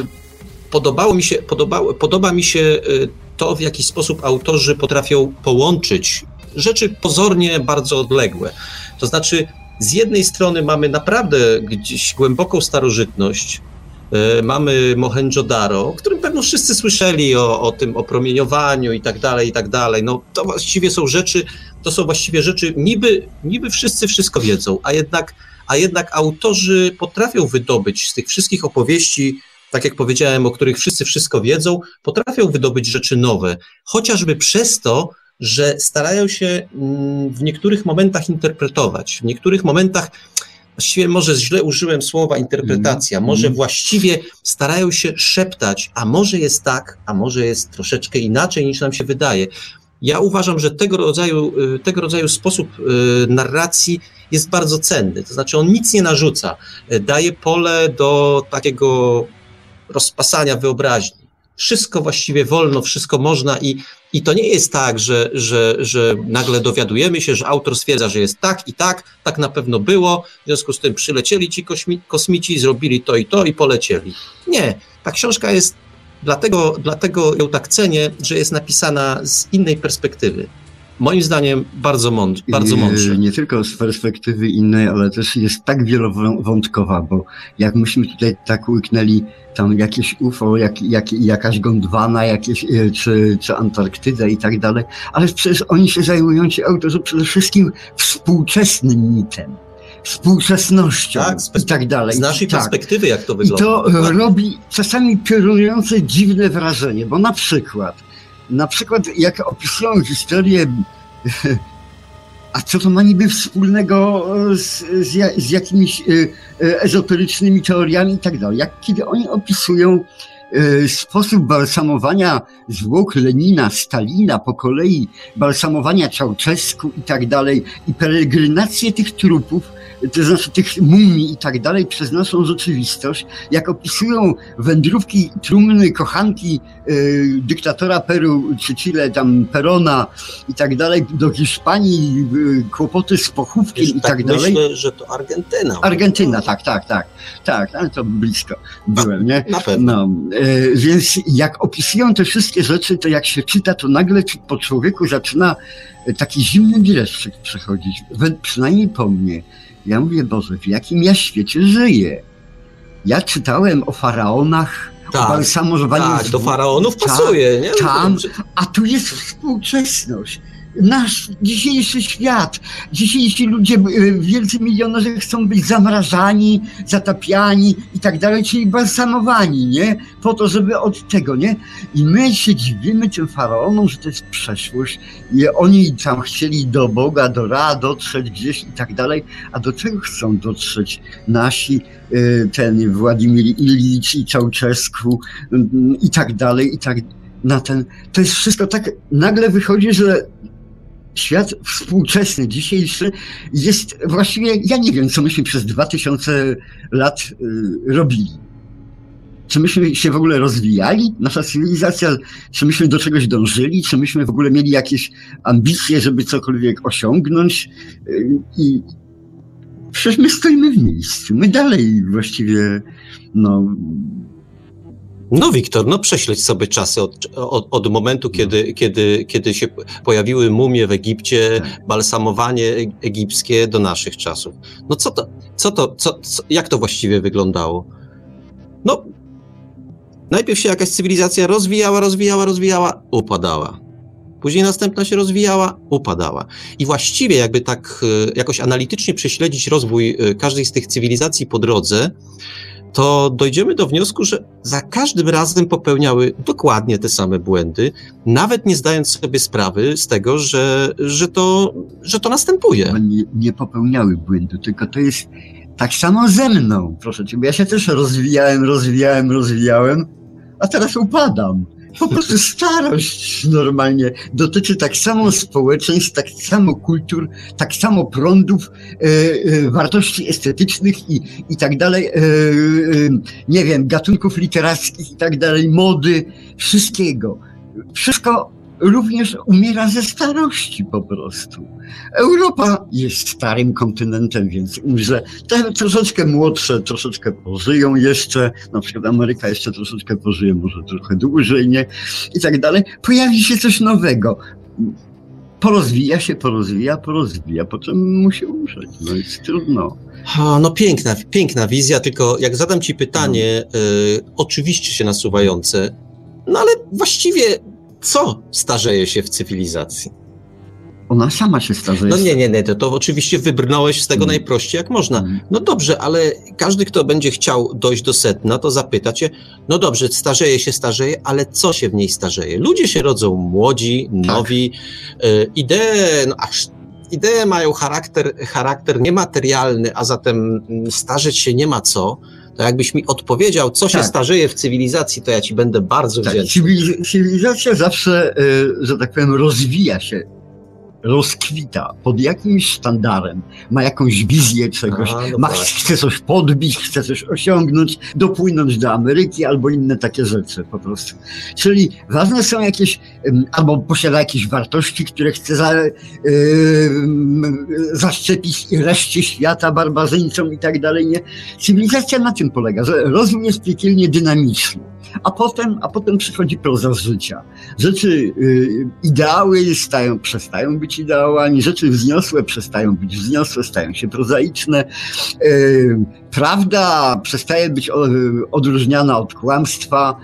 B: podoba mi się to, w jaki sposób autorzy potrafią połączyć rzeczy pozornie bardzo odległe. To znaczy, z jednej strony mamy naprawdę gdzieś głęboką starożytność, mamy Mohendżo-Daro, o którym pewno wszyscy słyszeli, o tym opromieniowaniu i tak dalej. No to właściwie są rzeczy, niby wszyscy wszystko wiedzą, a jednak autorzy potrafią wydobyć z tych wszystkich opowieści, tak jak powiedziałem, o których wszyscy wszystko wiedzą, potrafią wydobyć rzeczy nowe, chociażby przez to, że starają się w niektórych momentach interpretować, w niektórych momentach, właściwie może źle użyłem słowa interpretacja, może właściwie starają się szeptać, a może jest tak, a może jest troszeczkę inaczej niż nam się wydaje. Ja uważam, że tego rodzaju sposób narracji jest bardzo cenny, to znaczy on nic nie narzuca, daje pole do takiego rozpasania wyobraźni. Wszystko właściwie wolno, wszystko można i to nie jest tak, że nagle dowiadujemy się, że autor stwierdza, że jest tak i tak na pewno było, w związku z tym przylecieli ci kosmici, zrobili to i polecieli. Nie, ta książka jest, dlatego ją tak cenię, że jest napisana z innej perspektywy. Moim zdaniem bardzo mądrze.
C: Nie tylko z perspektywy innej, ale też jest tak wielowątkowa, bo jak myśmy tutaj tak łyknęli tam jakieś UFO, jakaś Gondwana, czy Antarktyda i tak dalej, ale przecież oni się zajmują, ci autorzy, przede wszystkim współczesnym mitem, współczesnością i tak dalej.
B: Z naszej perspektywy, jak to wygląda.
C: I to robi czasami piorunujące, dziwne wrażenie, bo na przykład jak opisują historię, a co to ma niby wspólnego z jakimiś ezoterycznymi teoriami i tak dalej. Kiedy oni opisują sposób balsamowania zwłok Lenina, Stalina, po kolei balsamowania Ceausescu i tak dalej, i peregrinację tych trupów, to znaczy tych mumii i tak dalej przez naszą rzeczywistość, jak opisują wędrówki, trumny, kochanki dyktatora Peru, czy Chile, tam Perona i tak dalej, do Hiszpanii, kłopoty z pochówkiem i tak dalej.
B: Myślę, że to Argentyna.
C: Argentyna, tak, ale to blisko byłem, nie?
B: Na pewno.
C: No, więc jak opisują te wszystkie rzeczy, to jak się czyta, to nagle po człowieku zaczyna taki zimny dreszczyk przechodzić, przynajmniej po mnie. Ja mówię, Boże, w jakim ja świecie żyję? Ja czytałem o faraonach, o balsamowaniu zwłok.
B: Do faraonów pasuje, nie?
C: A tu jest współczesność. Nasz dzisiejszy świat, dzisiejsi ludzie, wielcy milionerzy chcą być zamrażani, zatapiani i tak dalej, czyli balsamowani, nie? Po to, żeby od tego, nie? I my się dziwimy tym faraonom, że to jest przeszłość i oni tam chcieli do Boga, do Ra dotrzeć gdzieś i tak dalej, a do czego chcą dotrzeć nasi, ten Władimir Ilicz i Ceausescu i tak dalej, to jest wszystko tak, nagle wychodzi, że świat współczesny, dzisiejszy jest właściwie, ja nie wiem, co myśmy przez 2000 lat robili. Czy myśmy się w ogóle rozwijali, nasza cywilizacja, czy myśmy do czegoś dążyli, czy myśmy w ogóle mieli jakieś ambicje, żeby cokolwiek osiągnąć i przecież my stoimy w miejscu, my dalej właściwie,
B: No Wiktor, prześledź sobie czasy od momentu, kiedy się pojawiły mumie w Egipcie, balsamowanie egipskie do naszych czasów. No jak to właściwie wyglądało? No, najpierw się jakaś cywilizacja rozwijała, upadała. Później następna się rozwijała, upadała. I właściwie jakby tak jakoś analitycznie prześledzić rozwój każdej z tych cywilizacji po drodze, to dojdziemy do wniosku, że za każdym razem popełniały dokładnie te same błędy, nawet nie zdając sobie sprawy z tego, że to następuje.
C: Nie popełniały błędu, tylko to jest tak samo ze mną, proszę cię, bo ja się też rozwijałem, a teraz upadam. Po prostu starość normalnie dotyczy tak samo społeczeństw, tak samo kultur, tak samo prądów, wartości estetycznych i tak dalej, nie wiem, gatunków literackich i tak dalej, mody, wszystkiego. Wszystko również umiera ze starości po prostu. Europa jest starym kontynentem, więc umrze. Te troszeczkę młodsze, troszeczkę pożyją jeszcze, na przykład Ameryka jeszcze troszeczkę pożyje, może trochę dłużej, nie? I tak dalej. Pojawi się coś nowego. Porozwija się, potem musi umrzeć. No jest trudno.
B: Piękna wizja, tylko jak zadam ci pytanie, oczywiście się nasuwające, no ale właściwie co starzeje się w cywilizacji?
C: Ona sama się starzeje.
B: No nie, to oczywiście wybrnąłeś z tego najprościej jak można. No dobrze, ale każdy, kto będzie chciał dojść do sedna, to zapyta cię, no dobrze, starzeje, ale co się w niej starzeje? Ludzie się rodzą młodzi, nowi, idee mają charakter niematerialny, a zatem starzeć się nie ma co. To jakbyś mi odpowiedział, co się starzeje w cywilizacji, to ja ci będę bardzo wdzięczny.
C: Cywilizacja zawsze, że tak powiem, rozwija się rozkwita pod jakimś sztandarem, ma jakąś wizję czegoś, chce coś podbić, chce coś osiągnąć, dopłynąć do Ameryki albo inne takie rzeczy po prostu. Czyli ważne są jakieś, albo posiada jakieś wartości, które chce zaszczepić reszcie świata, barbarzyńcom i tak dalej. Nie? Cywilizacja na tym polega, że rozwój jest piekielnie dynamiczny. A potem przychodzi proza życia. Rzeczy, ideały przestają być ideałami, rzeczy wzniosłe przestają być wzniosłe, stają się prozaiczne. Prawda przestaje być odróżniana od kłamstwa.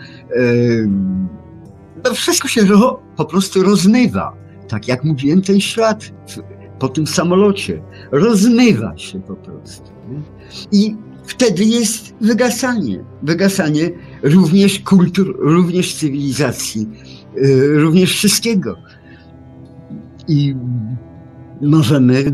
C: To wszystko się po prostu rozmywa. Tak jak mówiłem, ten świat po tym samolocie rozmywa się po prostu. Nie? I wtedy jest wygasanie również kultur, również cywilizacji, również wszystkiego. I możemy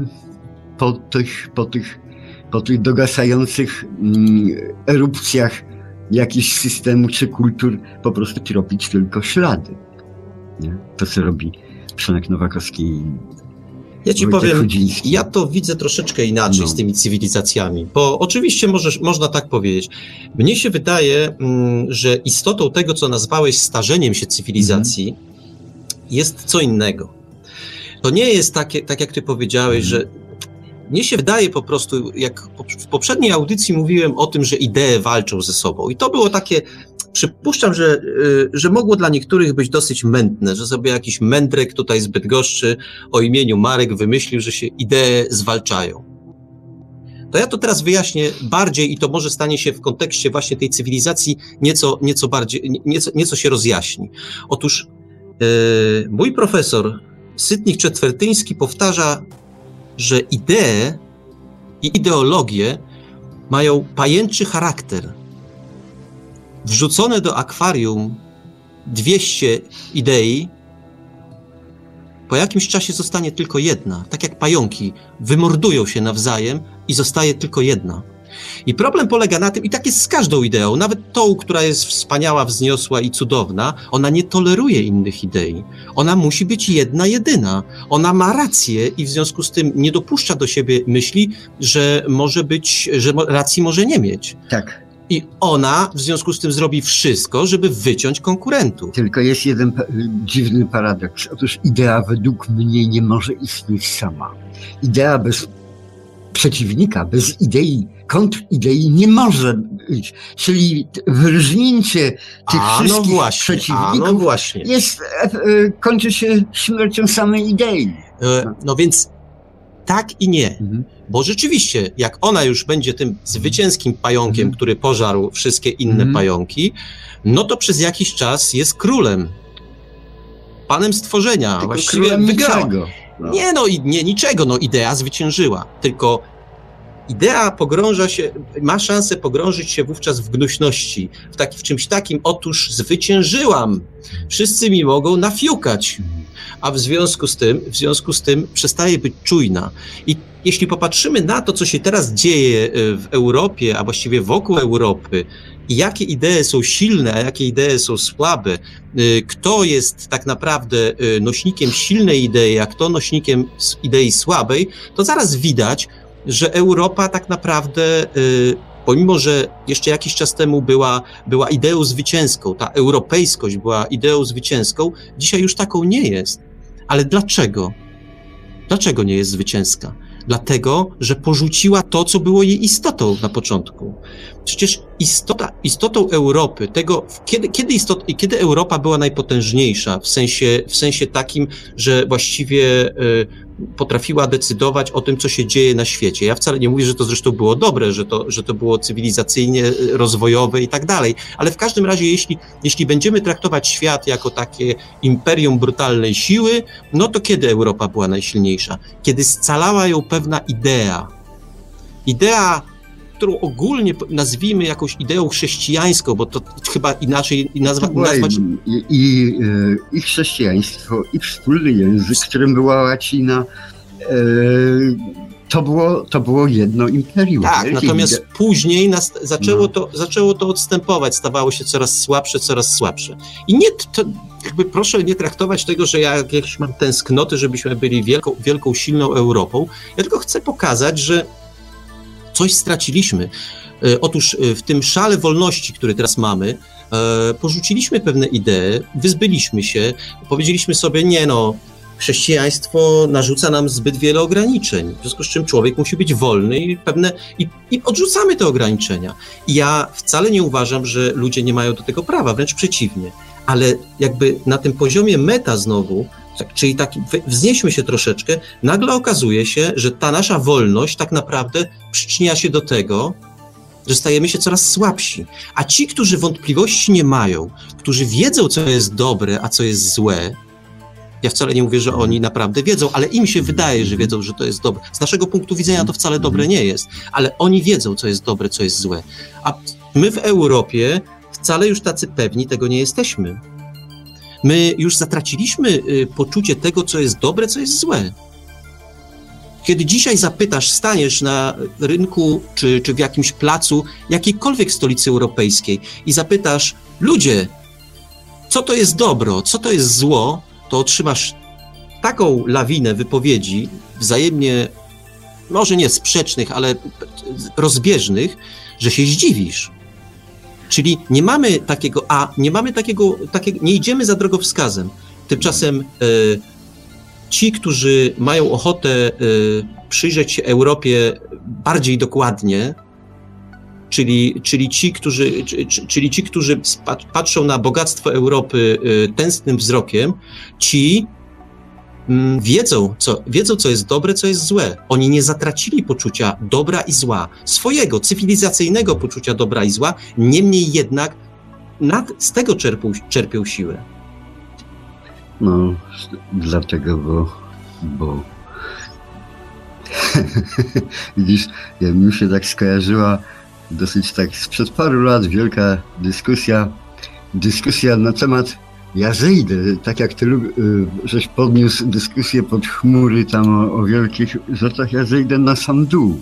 C: po tych dogasających erupcjach jakichś systemów czy kultur po prostu tropić tylko ślady. Nie? To, co robi Przemek Nowakowski.
B: Ja ci powiem, ja to widzę troszeczkę inaczej z tymi cywilizacjami, bo oczywiście można tak powiedzieć. Mnie się wydaje, że istotą tego, co nazwałeś starzeniem się cywilizacji, jest co innego. To nie jest tak jak ty powiedziałeś, że mnie się wydaje po prostu, jak w poprzedniej audycji mówiłem o tym, że idee walczą ze sobą i to było takie, przypuszczam, że mogło dla niektórych być dosyć mętne, że sobie jakiś mędrek tutaj z Bydgoszczy o imieniu Marek wymyślił, że się idee zwalczają. To ja to teraz wyjaśnię bardziej i to może stanie się w kontekście właśnie tej cywilizacji nieco się rozjaśni. Otóż mój profesor Sytnik-Czetwertyński powtarza, że idee i ideologie mają pajęczy charakter. Wrzucone do akwarium 200 idei, po jakimś czasie zostanie tylko jedna. Tak jak pająki wymordują się nawzajem i zostaje tylko jedna. I problem polega na tym, i tak jest z każdą ideą, nawet tą, która jest wspaniała, wzniosła i cudowna, ona nie toleruje innych idei. Ona musi być jedna, jedyna. Ona ma rację i w związku z tym nie dopuszcza do siebie myśli, że racji może nie mieć.
C: Tak.
B: I ona w związku z tym zrobi wszystko, żeby wyciąć konkurentów.
C: Tylko jest jeden dziwny paradoks. Otóż idea według mnie nie może istnieć sama. Idea bez przeciwnika, bez idei, kontridei nie może być. Czyli wyrżnięcie tych wszystkich przeciwników kończy się śmiercią samej idei.
B: No więc tak i nie. Bo rzeczywiście, jak ona już będzie tym zwycięskim pająkiem, który pożarł wszystkie inne pająki, no to przez jakiś czas jest królem. Panem stworzenia.
C: Tylko
B: właściwie wygrała.
C: No.
B: Nie niczego, idea zwyciężyła. Tylko idea pogrąża się, ma szansę pogrążyć się wówczas w gnuśności, w czymś takim, otóż zwyciężyłam. Wszyscy mi mogą nafiukać. A w związku z tym przestaje być czujna. I jeśli popatrzymy na to, co się teraz dzieje w Europie, a właściwie wokół Europy, i jakie idee są silne, a jakie idee są słabe, kto jest tak naprawdę nośnikiem silnej idei, a kto nośnikiem idei słabej, to zaraz widać, że Europa tak naprawdę, pomimo że jeszcze jakiś czas temu była ideą zwycięską, ta europejskość była ideą zwycięską, dzisiaj już taką nie jest. Ale dlaczego? Dlaczego nie jest zwycięska? Dlatego, że porzuciła to, co było jej istotą na początku. Przecież istotą Europy, kiedy Europa była najpotężniejsza, w sensie takim, że właściwie potrafiła decydować o tym, co się dzieje na świecie. Ja wcale nie mówię, że to zresztą było dobre, że to było cywilizacyjnie rozwojowe i tak dalej, ale w każdym razie, jeśli będziemy traktować świat jako takie imperium brutalnej siły, no to kiedy Europa była najsilniejsza? Kiedy scalała ją pewna idea, którą ogólnie nazwijmy jakąś ideą chrześcijańską, bo to chyba inaczej nazwać...
C: I chrześcijaństwo, i wspólny język, którym była łacina, to było jedno imperium.
B: Tak, natomiast później zaczęło to odstępować, stawało się coraz słabsze. I nie, jakby proszę nie traktować tego, że ja jakieś mam tęsknoty, żebyśmy byli wielką, silną Europą. Ja tylko chcę pokazać, że coś straciliśmy. Otóż w tym szale wolności, który teraz mamy, porzuciliśmy pewne idee, wyzbyliśmy się, powiedzieliśmy sobie, chrześcijaństwo narzuca nam zbyt wiele ograniczeń, w związku z czym człowiek musi być wolny i odrzucamy te ograniczenia. I ja wcale nie uważam, że ludzie nie mają do tego prawa, wręcz przeciwnie. Ale jakby na tym poziomie meta znowu, czyli tak wznieśmy się troszeczkę, nagle okazuje się, że ta nasza wolność tak naprawdę przyczynia się do tego, że stajemy się coraz słabsi. A ci, którzy wątpliwości nie mają, którzy wiedzą, co jest dobre, a co jest złe, ja wcale nie mówię, że oni naprawdę wiedzą, ale im się wydaje, że wiedzą, że to jest dobre. Z naszego punktu widzenia to wcale dobre nie jest, ale oni wiedzą, co jest dobre, co jest złe. A my w Europie wcale już tacy pewni tego nie jesteśmy. My już zatraciliśmy poczucie tego, co jest dobre, co jest złe. Kiedy dzisiaj staniesz na rynku czy w jakimś placu jakiejkolwiek stolicy europejskiej i zapytasz, ludzie, co to jest dobro, co to jest zło, to otrzymasz taką lawinę wypowiedzi, wzajemnie, może nie sprzecznych, ale rozbieżnych, że się zdziwisz. Czyli nie mamy takiego, nie idziemy za drogowskazem. Tymczasem ci, którzy mają ochotę przyjrzeć się Europie bardziej dokładnie, czyli ci, którzy patrzą na bogactwo Europy tęsknym wzrokiem, ci wiedzą, co jest dobre, co jest złe. Oni nie zatracili poczucia dobra i zła, swojego cywilizacyjnego poczucia dobra i zła, niemniej jednak z tego czerpią siłę.
C: No, dlatego, bo widzisz, mi się tak skojarzyła dosyć tak sprzed paru lat wielka dyskusja na temat ja zejdę, tak jak ty żeś podniósł dyskusję pod chmury tam o wielkich rzeczach, ja zejdę na sam dół.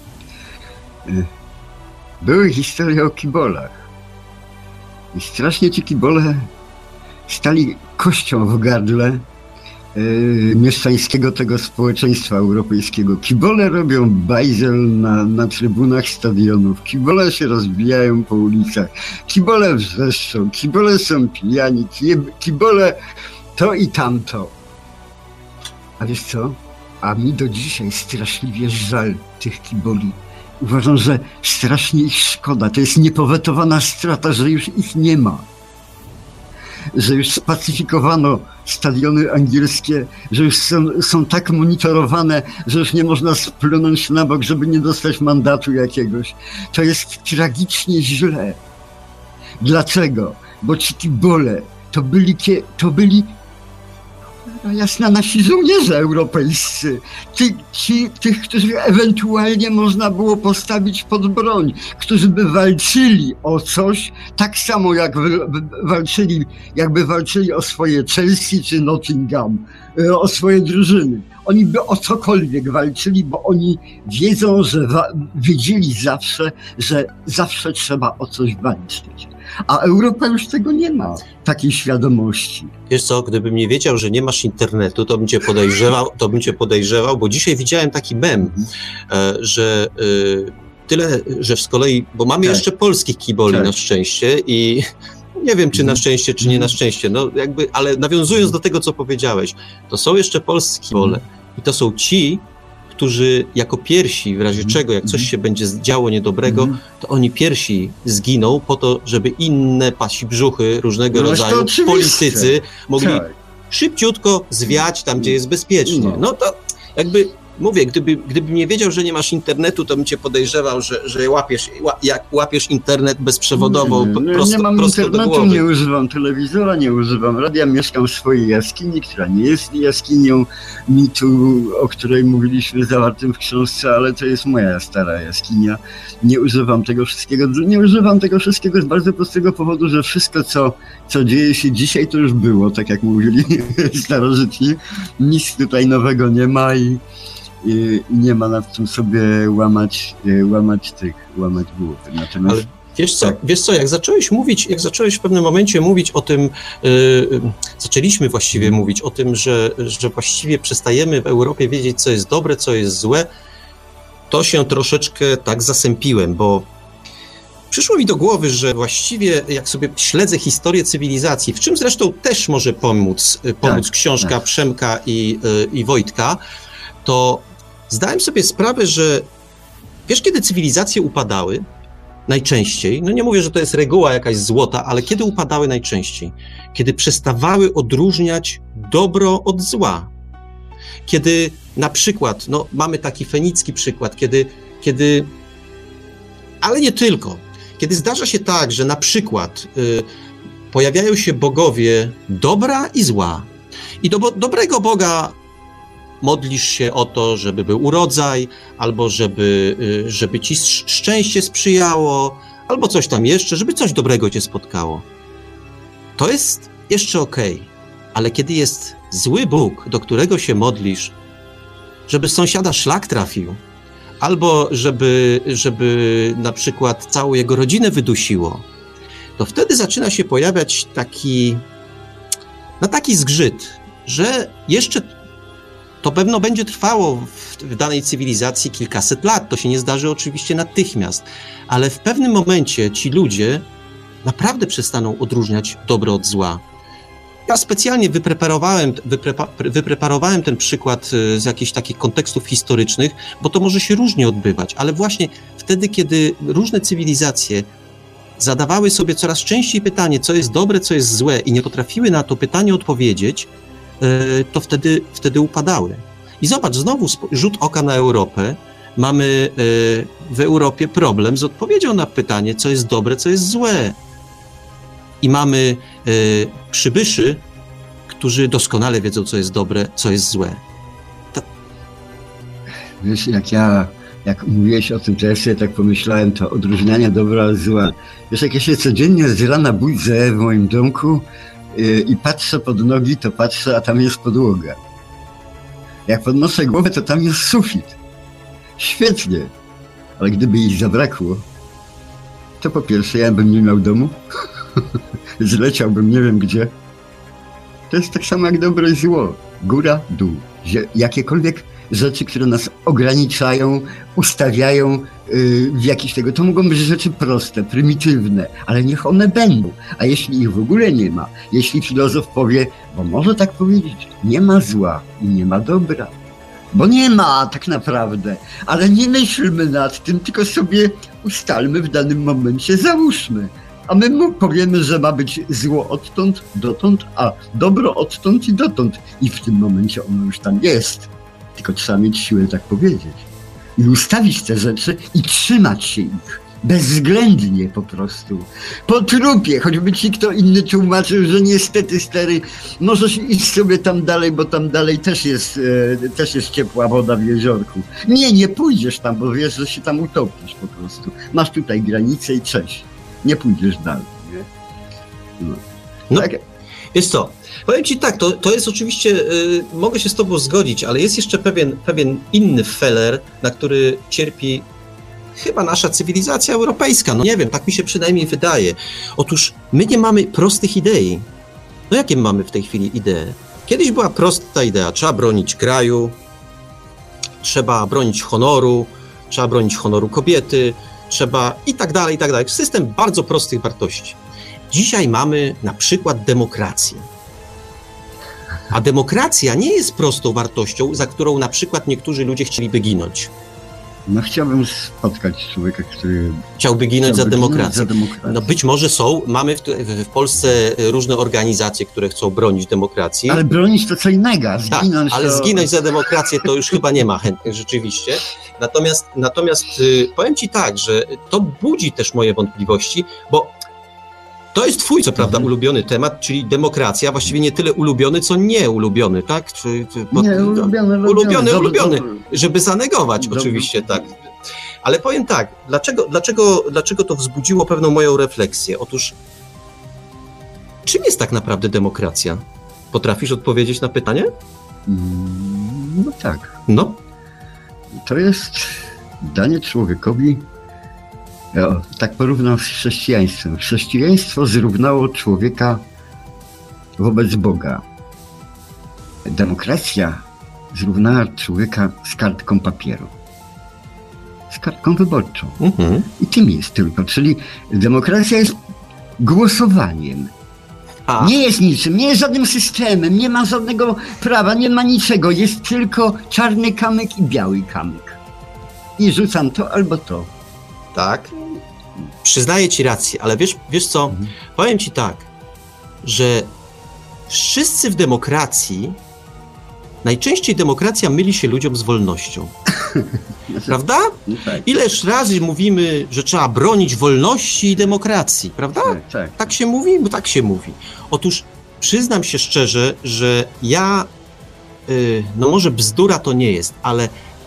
C: Były historie o kibolach i strasznie ci kibole stali kością w gardle mieszczańskiego tego społeczeństwa europejskiego. Kibole robią bajzel na trybunach stadionów, kibole się rozbijają po ulicach, kibole wrzeszczą, kibole są pijani, kibole to i tamto. A wiesz co? A mi do dzisiaj straszliwie żal tych kiboli. Uważam, że strasznie ich szkoda. To jest niepowetowana strata, że już ich nie ma. Że już spacyfikowano stadiony angielskie, że już są tak monitorowane, że już nie można splunąć na bok, żeby nie dostać mandatu jakiegoś. To jest tragicznie źle. Dlaczego? Bo ci kibole to byli jasna nasi żołnierze europejscy. Tych, których ewentualnie można było postawić pod broń, którzy by walczyli o coś, tak samo jakby walczyli o swoje Chelsea czy Nottingham, o swoje drużyny. Oni by o cokolwiek walczyli, bo oni wiedzieli zawsze, że zawsze trzeba o coś walczyć. A Europa już tego nie ma, takiej świadomości.
B: Wiesz co, gdybym nie wiedział, że nie masz internetu, to bym cię podejrzewał, bo dzisiaj widziałem taki mem, że że z kolei, bo mamy jeszcze polskich kiboli na szczęście i nie wiem, czy na szczęście, czy nie na szczęście, ale nawiązując do tego, co powiedziałeś, to są jeszcze polskie kibole i to są ci, którzy jako pierwsi, w razie czego, jak coś się będzie działo niedobrego, to oni pierwsi zginą po to, żeby inne pasi brzuchy różnego rodzaju politycy mogli szybciutko zwiać tam, gdzie jest bezpiecznie. No to jakby mówię, gdybym nie wiedział, że nie masz internetu, to bym cię podejrzewał, że łapiesz internet bezprzewodowo
C: nie mam
B: prosto
C: internetu,
B: do głowy.
C: Nie używam telewizora, nie używam radia, mieszkam w swojej jaskini, która nie jest jaskinią mitu, o której mówiliśmy zawartym w książce, ale to jest moja stara jaskinia. Nie używam tego wszystkiego z bardzo prostego powodu, że wszystko, co dzieje się dzisiaj, to już było, tak jak mówili starożytni. Nic tutaj nowego nie ma i nie ma nad czym sobie łamać głowy. Natomiast
B: Wiesz co, jak zacząłeś w pewnym momencie mówić o tym, zaczęliśmy właściwie mówić o tym, że właściwie przestajemy w Europie wiedzieć, co jest dobre, co jest złe, to się troszeczkę tak zasępiłem, bo przyszło mi do głowy, że właściwie jak sobie śledzę historię cywilizacji, w czym zresztą też może pomóc książka Przemka i Wojtka, to zdałem sobie sprawę, że wiesz, kiedy cywilizacje upadały, najczęściej, no nie mówię, że to jest reguła jakaś złota, ale kiedy upadały najczęściej? Kiedy przestawały odróżniać dobro od zła. Kiedy na przykład, no mamy taki fenicki przykład, kiedy ale nie tylko, kiedy zdarza się tak, że na przykład pojawiają się bogowie dobra i zła i do dobrego Boga modlisz się o to, żeby był urodzaj, albo żeby ci szczęście sprzyjało, albo coś tam jeszcze, żeby coś dobrego cię spotkało. To jest jeszcze okej, ale kiedy jest zły Bóg, do którego się modlisz, żeby sąsiada szlak trafił, albo żeby na przykład całą jego rodzinę wydusiło, to wtedy zaczyna się pojawiać taki zgrzyt, że jeszcze to pewno będzie trwało w danej cywilizacji kilkaset lat. To się nie zdarzy oczywiście natychmiast, ale w pewnym momencie ci ludzie naprawdę przestaną odróżniać dobro od zła. Ja specjalnie wypreparowałem ten przykład z jakichś takich kontekstów historycznych, bo to może się różnie odbywać, ale właśnie wtedy, kiedy różne cywilizacje zadawały sobie coraz częściej pytanie, co jest dobre, co jest złe i nie potrafiły na to pytanie odpowiedzieć, to wtedy upadały. I zobacz, znowu rzut oka na Europę. Mamy w Europie problem z odpowiedzią na pytanie, co jest dobre, co jest złe. I mamy przybyszy, którzy doskonale wiedzą, co jest dobre, co jest złe.
C: Wiesz, jak mówiłeś o tym, to ja sobie tak pomyślałem, to odróżnianie dobra od zła. Wiesz, jak ja się codziennie z rana budzę w moim domku i patrzę pod nogi, to patrzę, a tam jest podłoga. Jak podnoszę głowę, to tam jest sufit. Świetnie. Ale gdyby ich zabrakło, to po pierwsze ja bym nie miał domu, zleciałbym nie wiem gdzie. To jest tak samo jak dobre i zło. Góra, dół. Jakiekolwiek rzeczy, które nas ograniczają, ustawiają w jakiś tego. To mogą być rzeczy proste, prymitywne, ale niech one będą. A jeśli ich w ogóle nie ma, jeśli filozof powie, bo może tak powiedzieć, nie ma zła i nie ma dobra, bo nie ma tak naprawdę, ale nie myślmy nad tym, tylko sobie ustalmy w danym momencie, załóżmy. A my mu powiemy, że ma być zło odtąd, dotąd, a dobro odtąd i dotąd. I w tym momencie ono już tam jest. Tylko trzeba mieć siłę tak powiedzieć. I ustawić te rzeczy i trzymać się ich. Bezwzględnie po prostu. Po trupie, choćby ci kto inny tłumaczył, że niestety stary, możesz iść sobie tam dalej, bo tam dalej też jest ciepła woda w jeziorku. Nie pójdziesz tam, bo wiesz, że się tam utopisz po prostu. Masz tutaj granicę i cześć. Nie pójdziesz dalej, nie?
B: No, tak. Wiesz co, powiem ci tak, to jest oczywiście, mogę się z tobą zgodzić, ale jest jeszcze pewien inny feller, na który cierpi chyba nasza cywilizacja europejska. No nie wiem, tak mi się przynajmniej wydaje. Otóż my nie mamy prostych idei. No jakie mamy w tej chwili idee? Kiedyś była prosta idea, trzeba bronić kraju, trzeba bronić honoru kobiety, trzeba i tak dalej, i tak dalej. System bardzo prostych wartości. Dzisiaj mamy na przykład demokrację. A demokracja nie jest prostą wartością, za którą na przykład niektórzy ludzie chcieliby ginąć.
C: No chciałbym spotkać człowieka, który
B: chciałby ginąć za demokrację. No być może mamy w Polsce różne organizacje, które chcą bronić demokracji.
C: Ale bronić to co innego.
B: Zginąć tak, ale zginąć za demokrację to już chyba nie ma chętnych rzeczywiście. Natomiast powiem ci tak, że to budzi też moje wątpliwości, bo to jest twój, co prawda, ulubiony temat, czyli demokracja, właściwie nie tyle ulubiony, co nieulubiony, tak? Ulubiony, żeby zanegować oczywiście, tak. Ale powiem tak, dlaczego to wzbudziło pewną moją refleksję? Otóż, czym jest tak naprawdę demokracja? Potrafisz odpowiedzieć na pytanie?
C: No tak.
B: No?
C: To jest danie człowiekowi Tak porównał z chrześcijaństwem. Chrześcijaństwo zrównało człowieka wobec Boga. Demokracja zrównała człowieka z kartką papieru. Z kartką wyborczą. I tym jest tylko. Czyli demokracja jest głosowaniem. Nie jest niczym, nie jest żadnym systemem, nie ma żadnego prawa, nie ma niczego. Jest tylko czarny kamyk i biały kamyk. I rzucam to albo to.
B: Tak. Przyznaję ci rację, ale wiesz co? Powiem ci tak, że wszyscy w demokracji, najczęściej demokracja myli się ludziom z wolnością. Prawda? Ileż razy mówimy, że trzeba bronić wolności i demokracji, prawda?
C: Tak.
B: Tak się mówi? Bo tak się mówi. Otóż przyznam się szczerze, że ja, no może bzdura to nie jest, ale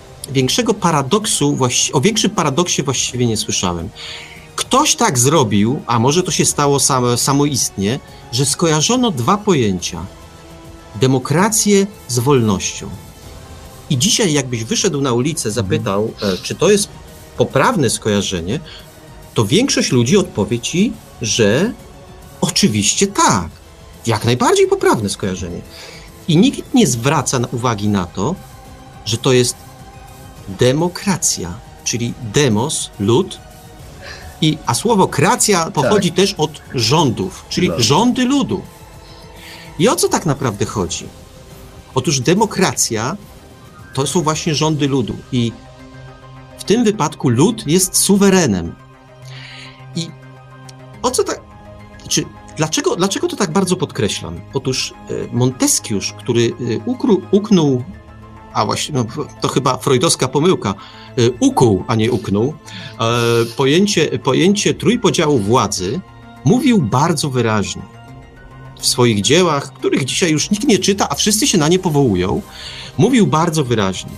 B: o większym paradoksie właściwie nie słyszałem. Ktoś tak zrobił, a może to się stało samoistnie, że skojarzono dwa pojęcia. Demokrację z wolnością. I dzisiaj jakbyś wyszedł na ulicę, zapytał, czy to jest poprawne skojarzenie, to większość ludzi odpowie ci, że oczywiście tak. Jak najbardziej poprawne skojarzenie. I nikt nie zwraca uwagi na to, że to jest demokracja, czyli demos, lud, a słowo kracja pochodzi też od rządów, czyli rządy ludu. I o co tak naprawdę chodzi? Otóż demokracja to są właśnie rządy ludu i w tym wypadku lud jest suwerenem. I o co tak... Dlaczego to tak bardzo podkreślam? Otóż Montesquieu, który uknął, a właśnie, no, to chyba freudowska pomyłka, ukuł, a nie uknął, pojęcie trójpodziału władzy, mówił bardzo wyraźnie w swoich dziełach, których dzisiaj już nikt nie czyta, a wszyscy się na nie powołują, mówił bardzo wyraźnie,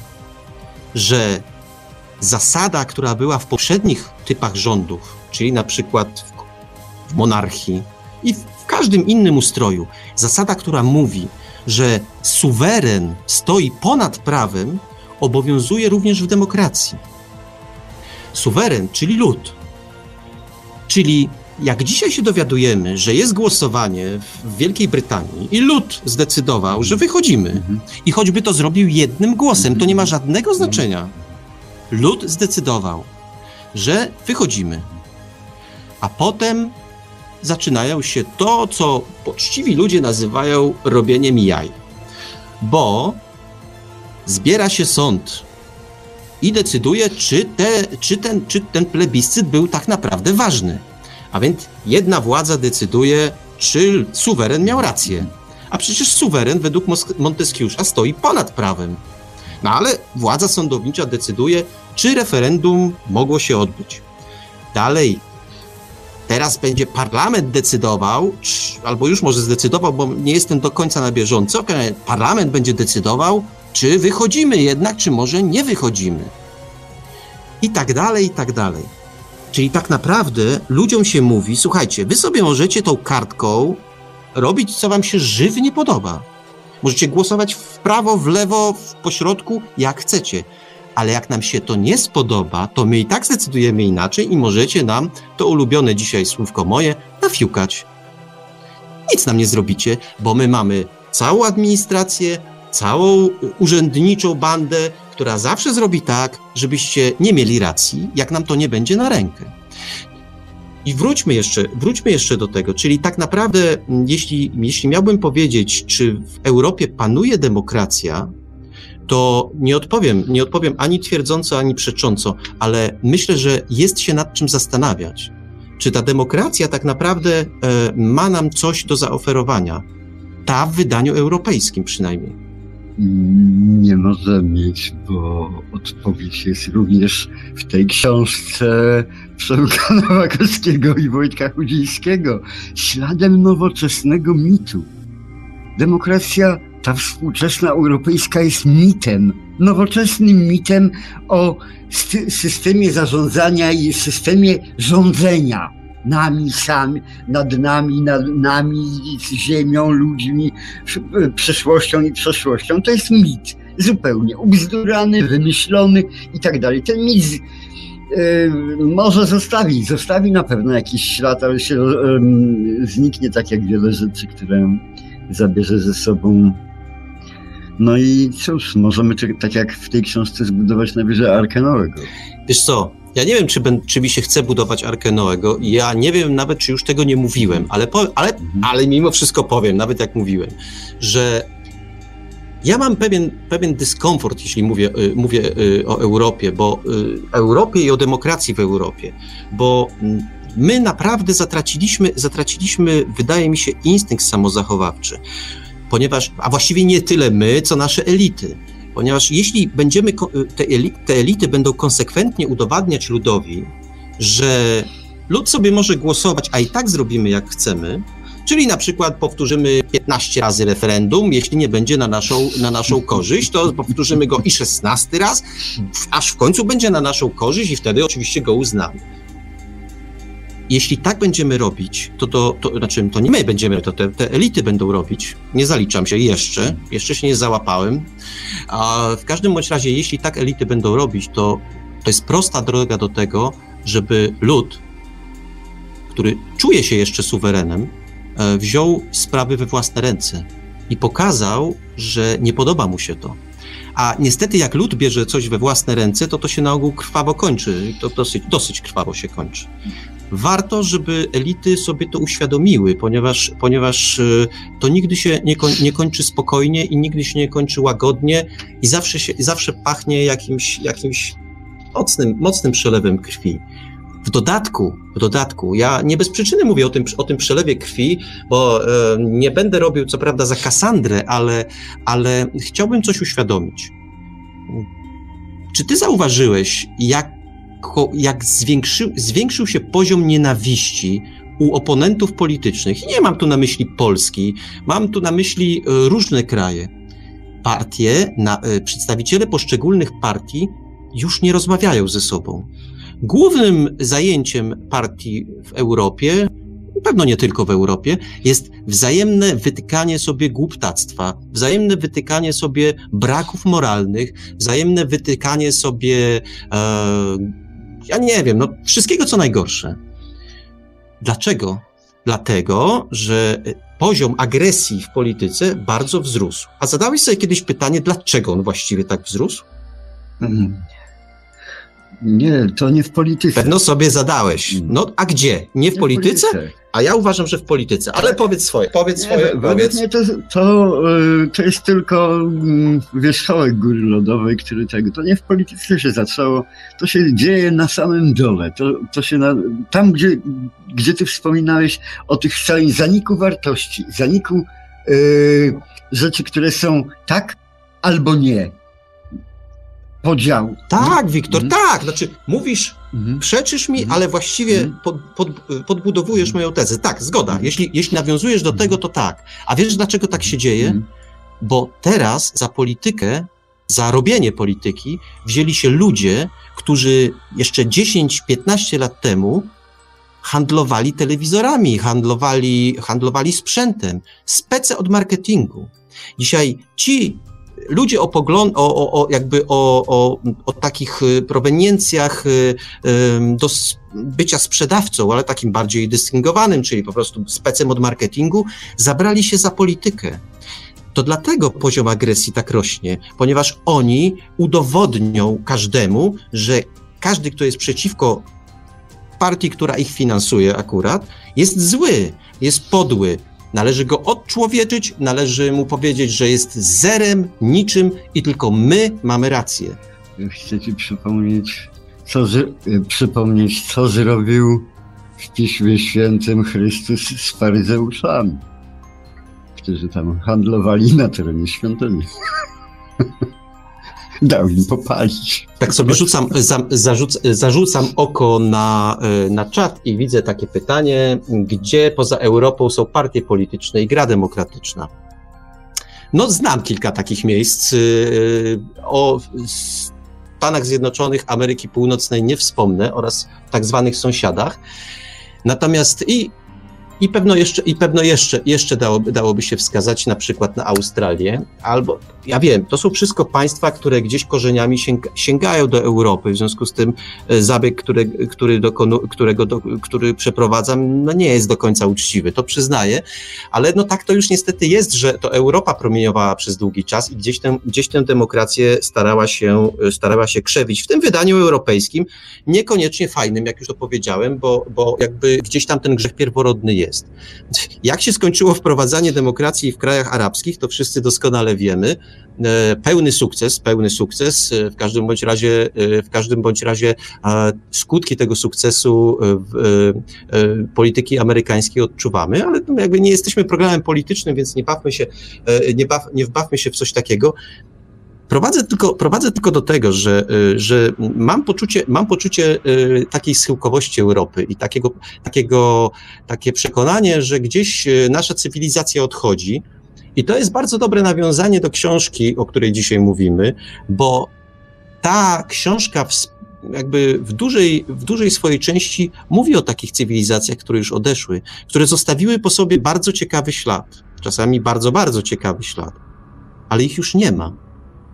B: że zasada, która była w poprzednich typach rządów, czyli na przykład w monarchii i w każdym innym ustroju, zasada, która mówi, że suweren stoi ponad prawem, obowiązuje również w demokracji. Suweren, czyli lud. Czyli jak dzisiaj się dowiadujemy, że jest głosowanie w Wielkiej Brytanii i lud zdecydował, że wychodzimy i choćby to zrobił jednym głosem, to nie ma żadnego znaczenia. Lud zdecydował, że wychodzimy. A potem zaczynają się to, co poczciwi ludzie nazywają robieniem jaj. Bo zbiera się sąd i decyduje, czy ten plebiscyt był tak naprawdę ważny. A więc jedna władza decyduje, czy suweren miał rację. A przecież suweren według Montesquieu'a stoi ponad prawem. No ale władza sądownicza decyduje, czy referendum mogło się odbyć. Dalej, teraz będzie parlament decydował, albo już może zdecydował, bo nie jestem do końca na bieżąco, parlament będzie decydował, czy wychodzimy jednak, czy może nie wychodzimy. I tak dalej, i tak dalej. Czyli tak naprawdę ludziom się mówi, słuchajcie, wy sobie możecie tą kartką robić, co wam się żywnie podoba. Możecie głosować w prawo, w lewo, w pośrodku, jak chcecie. Ale jak nam się to nie spodoba, to my i tak zdecydujemy inaczej i możecie nam, to ulubione dzisiaj słówko moje, nafiukać. Nic nam nie zrobicie, bo my mamy całą administrację, całą urzędniczą bandę, która zawsze zrobi tak, żebyście nie mieli racji, jak nam to nie będzie na rękę. I wróćmy jeszcze do tego, czyli tak naprawdę, jeśli miałbym powiedzieć, czy w Europie panuje demokracja, to nie odpowiem ani twierdząco, ani przecząco, ale myślę, że jest się nad czym zastanawiać. Czy ta demokracja tak naprawdę ma nam coś do zaoferowania? Ta w wydaniu europejskim przynajmniej.
C: Nie może mieć, bo odpowiedź jest również w tej książce Przemka Nowakowskiego i Wojtka Chudzińskiego. Śladem nowoczesnego mitu. Demokracja, ta współczesna europejska, jest mitem, nowoczesnym mitem o systemie zarządzania i systemie rządzenia nami sami, nad nami, ziemią, ludźmi, przeszłością i przeszłością. To jest mit zupełnie ubzdurany, wymyślony i tak dalej. Ten mit Może zostawi na pewno jakiś ślad, ale się zniknie tak jak wiele rzeczy, które zabierze ze sobą. No i cóż, możemy tak jak w tej książce zbudować najwyżej Arkę Noego.
B: Wiesz co, ja nie wiem, czy mi się chce budować Arkę Noego. Ja nie wiem nawet, czy już tego nie mówiłem, ale mimo wszystko powiem, nawet jak mówiłem, że ja mam pewien dyskomfort, jeśli mówię o Europie, bo Europie i o demokracji w Europie, bo my naprawdę zatraciliśmy, wydaje mi się, instynkt samozachowawczy, ponieważ, a właściwie nie tyle my, co nasze elity, ponieważ jeśli te elity będą konsekwentnie udowadniać ludowi, że lud sobie może głosować, a i tak zrobimy jak chcemy, czyli na przykład powtórzymy 15 razy referendum, jeśli nie będzie na naszą korzyść, to powtórzymy go i 16 raz, aż w końcu będzie na naszą korzyść i wtedy oczywiście go uznamy. Jeśli tak będziemy robić, to nie my będziemy, to te elity będą robić. Nie zaliczam się jeszcze się nie załapałem. A w każdym bądź razie, jeśli tak elity będą robić, to jest prosta droga do tego, żeby lud, który czuje się jeszcze suwerenem, wziął sprawy we własne ręce i pokazał, że nie podoba mu się to. A niestety jak lud bierze coś we własne ręce, to się na ogół krwawo kończy. To dosyć krwawo się kończy. Warto, żeby elity sobie to uświadomiły, ponieważ to nigdy się nie kończy spokojnie i nigdy się nie kończy łagodnie i zawsze pachnie jakimś mocnym przelewem krwi. W dodatku, ja nie bez przyczyny mówię o tym przelewie krwi, bo nie będę robił co prawda za Kassandrę, ale chciałbym coś uświadomić. Czy ty zauważyłeś, jak zwiększył się poziom nienawiści u oponentów politycznych? I nie mam tu na myśli Polski, mam tu na myśli różne kraje. Przedstawiciele poszczególnych partii już nie rozmawiają ze sobą. Głównym zajęciem partii w Europie, pewno nie tylko w Europie, jest wzajemne wytykanie sobie głuptactwa, wzajemne wytykanie sobie braków moralnych, wzajemne wytykanie sobie, ja nie wiem, wszystkiego co najgorsze. Dlaczego? Dlatego, że poziom agresji w polityce bardzo wzrósł. A zadałeś sobie kiedyś pytanie, dlaczego on właściwie tak wzrósł?
C: Nie, to nie w polityce.
B: Pewno sobie zadałeś. No, a gdzie? Nie w polityce? A ja uważam, że w polityce. Ale powiedz swoje.
C: Według mnie to jest tylko wierzchołek góry lodowej, który tego. To nie w polityce się zaczęło. To się dzieje na samym dole. To się tam, gdzie ty wspominałeś o tych zaniku wartości, zaniku rzeczy, które są tak albo nie. Podział.
B: Tak, Wiktor, tak. Znaczy, mówisz, przeczysz mi, ale właściwie podbudowujesz moją tezę. Tak, zgoda. Jeśli nawiązujesz do tego, to tak. A wiesz, dlaczego tak się dzieje? Bo teraz za politykę, za robienie polityki wzięli się ludzie, którzy jeszcze 10-15 lat temu handlowali telewizorami, handlowali sprzętem, spece od marketingu. Dzisiaj ci ludzie o takich proweniencjach do bycia sprzedawcą, ale takim bardziej dystyngowanym, czyli po prostu specem od marketingu, zabrali się za politykę. To dlatego poziom agresji tak rośnie, ponieważ oni udowodnią każdemu, że każdy, kto jest przeciwko partii, która ich finansuje akurat, jest zły, jest podły. Należy go odczłowieczyć, należy mu powiedzieć, że jest zerem, niczym i tylko my mamy rację.
C: Chcę ci przypomnieć, co zrobił w Piśmie Świętym Chrystus z faryzeuszami, którzy tam handlowali na terenie świątyni. Dał im popalić.
B: Tak sobie zarzucam oko na czat i widzę takie pytanie, gdzie poza Europą są partie polityczne i gra demokratyczna? No, znam kilka takich miejsc. O Stanach Zjednoczonych Ameryki Północnej nie wspomnę oraz tak zwanych sąsiadach. Natomiast I pewno jeszcze dałoby się wskazać na przykład na Australię, albo, ja wiem, to są wszystko państwa, które gdzieś korzeniami sięgają do Europy, w związku z tym zabieg, który przeprowadzam, no nie jest do końca uczciwy, to przyznaję, ale no tak to już niestety jest, że to Europa promieniowała przez długi czas i gdzieś tę demokrację starała się krzewić. W tym wydaniu europejskim, niekoniecznie fajnym, jak już to powiedziałem, bo jakby gdzieś tam ten grzech pierworodny jest. Jak się skończyło wprowadzanie demokracji w krajach arabskich, to wszyscy doskonale wiemy. Pełny sukces. W każdym bądź razie skutki tego sukcesu polityki amerykańskiej odczuwamy, ale jakby nie jesteśmy programem politycznym, więc nie wbawmy się w coś takiego. Prowadzę tylko do tego, że mam poczucie takiej schyłkowości Europy i takie przekonanie, że gdzieś nasza cywilizacja odchodzi. I to jest bardzo dobre nawiązanie do książki, o której dzisiaj mówimy, bo ta książka jakby w dużej swojej części mówi o takich cywilizacjach, które już odeszły, które zostawiły po sobie bardzo ciekawy ślad, czasami bardzo, bardzo ciekawy ślad, ale ich już nie ma.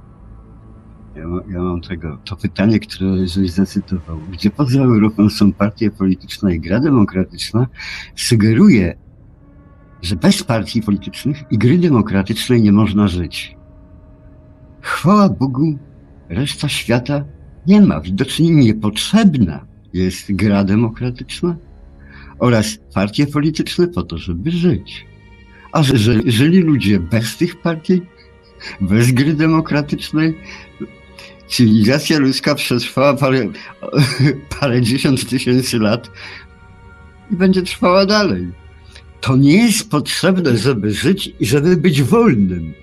C: Ja mam to pytanie, które żeś zacytował. Gdzie poza Europą są partie polityczne i gra demokratyczna, sugeruje, że bez partii politycznych i gry demokratycznej nie można żyć. Chwała Bogu, reszta świata nie ma. Widocznie niepotrzebna jest gra demokratyczna oraz partie polityczne po to, żeby żyć. A że żyli ludzie bez tych partii, bez gry demokratycznej, cywilizacja ludzka przetrwała parędziesiąt tysięcy lat i będzie trwała dalej. To nie jest potrzebne, żeby żyć i żeby być wolnym.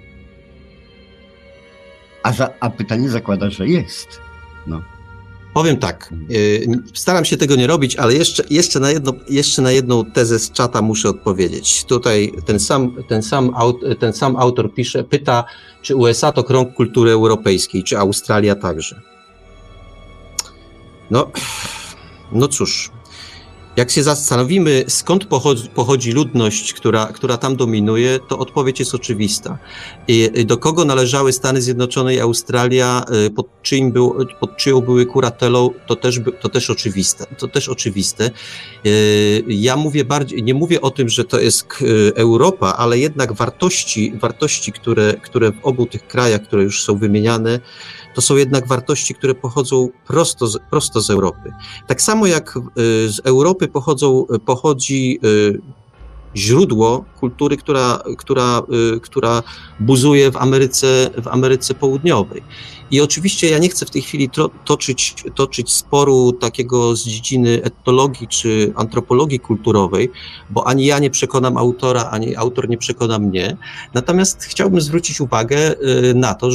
C: A pytanie zakłada, że jest. No.
B: Powiem tak, staram się tego nie robić, ale jeszcze na jedną tezę z czata muszę odpowiedzieć. Tutaj ten sam autor pyta, czy USA to krąg kultury europejskiej, czy Australia także. No cóż, jak się zastanowimy, skąd pochodzi ludność, która tam dominuje, to odpowiedź jest oczywista. I do kogo należały Stany Zjednoczone i Australia, pod czyją były kuratelą, to też oczywiste. Ja nie mówię o tym, że to jest Europa, ale jednak wartości, które w obu tych krajach, które już są wymieniane, to są jednak wartości, które pochodzą prosto z Europy. Tak samo jak z Europy pochodzi źródło kultury, która buzuje w Ameryce Południowej. I oczywiście ja nie chcę w tej chwili toczyć sporu takiego z dziedziny etnologii czy antropologii kulturowej, bo ani ja nie przekonam autora, ani autor nie przekona mnie. Natomiast chciałbym zwrócić uwagę na to,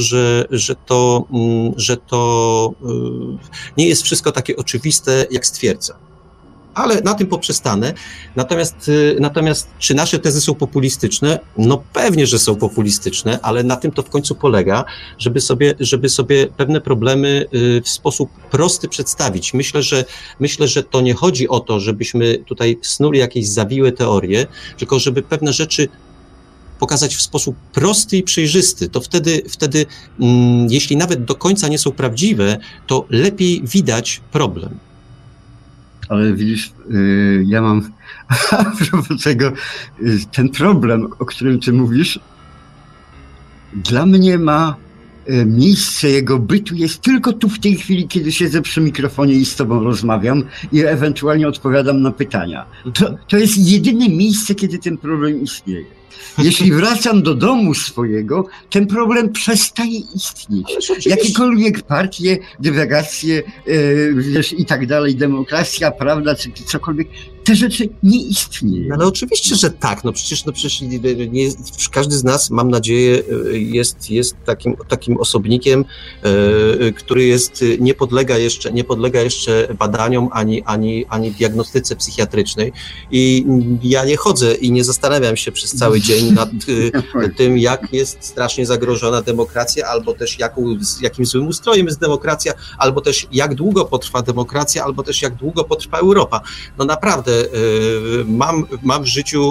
B: że to nie jest wszystko takie oczywiste, jak stwierdza. Ale na tym poprzestanę. Natomiast czy nasze tezy są populistyczne? No pewnie, że są populistyczne, ale na tym to w końcu polega, żeby sobie pewne problemy w sposób prosty przedstawić. Myślę, że to nie chodzi o to, żebyśmy tutaj snuli jakieś zawiłe teorie, tylko żeby pewne rzeczy pokazać w sposób prosty i przejrzysty, to wtedy jeśli nawet do końca nie są prawdziwe, to lepiej widać problem.
C: Ale widzisz, ja mam a propos tego, ten problem, o którym ty mówisz, dla mnie ma miejsce jego bytu jest tylko tu w tej chwili, kiedy siedzę przy mikrofonie i z tobą rozmawiam i ewentualnie odpowiadam na pytania. To jest jedyne miejsce, kiedy ten problem istnieje. Jeśli wracam do domu swojego, ten problem przestaje istnieć. Jakiekolwiek partie, dywagacje, i tak dalej, demokracja, prawda, czy cokolwiek, te rzeczy nie istnieją.
B: Ale oczywiście, że tak. Przecież każdy z nas, mam nadzieję, jest takim osobnikiem, który nie podlega jeszcze badaniom ani diagnostyce psychiatrycznej. I ja nie chodzę i nie zastanawiam się przez cały cały dzień nad tym, jak jest strasznie zagrożona demokracja, albo też jakim złym ustrojem jest demokracja, albo też jak długo potrwa demokracja, albo też jak długo potrwa Europa. No naprawdę, mam w życiu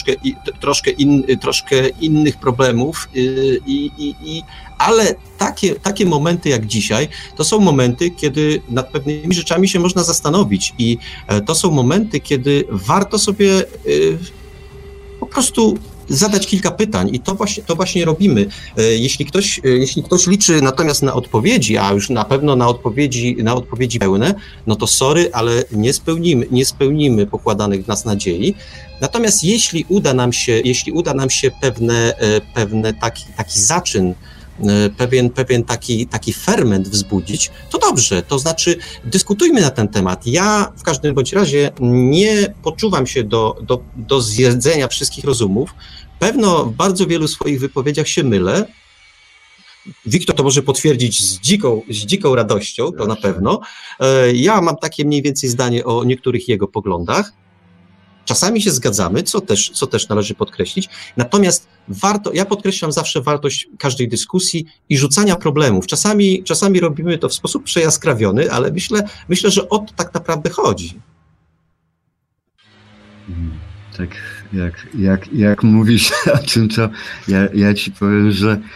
B: troszkę innych problemów, ale takie momenty jak dzisiaj, to są momenty, kiedy nad pewnymi rzeczami się można zastanowić i to są momenty, kiedy warto sobie po prostu zadać kilka pytań i to właśnie robimy. Jeśli ktoś liczy natomiast na odpowiedzi, a już na pewno na odpowiedzi pełne, no to sorry, ale nie spełnimy pokładanych w nas nadziei. Natomiast jeśli uda nam się pewne taki zaczyn, pewien taki ferment wzbudzić, to dobrze, to znaczy dyskutujmy na ten temat. Ja w każdym bądź razie nie poczuwam się do zjedzenia wszystkich rozumów. Pewno w bardzo wielu swoich wypowiedziach się mylę. Wiktor to może potwierdzić z dziką radością, to na pewno. Ja mam takie mniej więcej zdanie o niektórych jego poglądach. Czasami się zgadzamy, co też należy podkreślić, natomiast ja podkreślam zawsze wartość każdej dyskusji i rzucania problemów. Czasami robimy to w sposób przejaskrawiony, ale myślę, że o to tak naprawdę chodzi.
C: Tak, jak mówisz o tym, to ja ci powiem,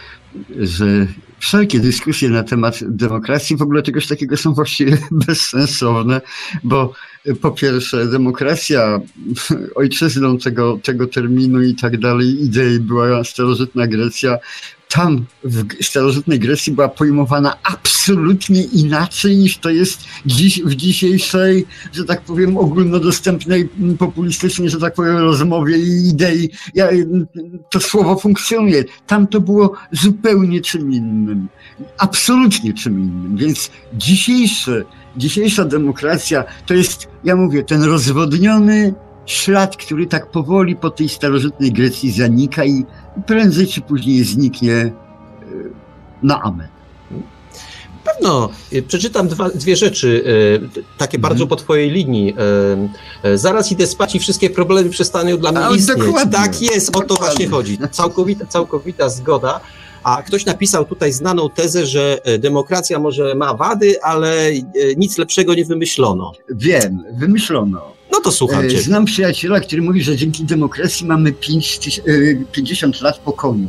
C: że wszelkie dyskusje na temat demokracji w ogóle czegoś takiego są właściwie bezsensowne, bo po pierwsze demokracja, ojczyzną tego terminu i tak dalej, idei była starożytna Grecja. Tam w starożytnej Grecji była pojmowana absolutnie inaczej niż to jest w dzisiejszej, że tak powiem, ogólnodostępnej, populistycznej, że tak powiem, rozmowie i idei. To słowo funkcjonuje. Tam to było zupełnie czym innym. Absolutnie czym innym. Więc dzisiejsza demokracja to jest, ja mówię, ten rozwodniony ślad, który tak powoli po tej starożytnej Grecji zanika i prędzej czy później zniknie na amen.
B: Pewno. Przeczytam dwie rzeczy, takie bardzo po twojej linii. Zaraz idę spać i wszystkie problemy przestaną dla mnie istnieć. Dokładnie. Tak jest, o to właśnie chodzi. Całkowita zgoda. A ktoś napisał tutaj znaną tezę, że demokracja może ma wady, ale nic lepszego nie wymyślono.
C: Wiem, wymyślono.
B: No to słucham cię.
C: Znam przyjaciela, który mówi, że dzięki demokracji mamy 50 lat pokoju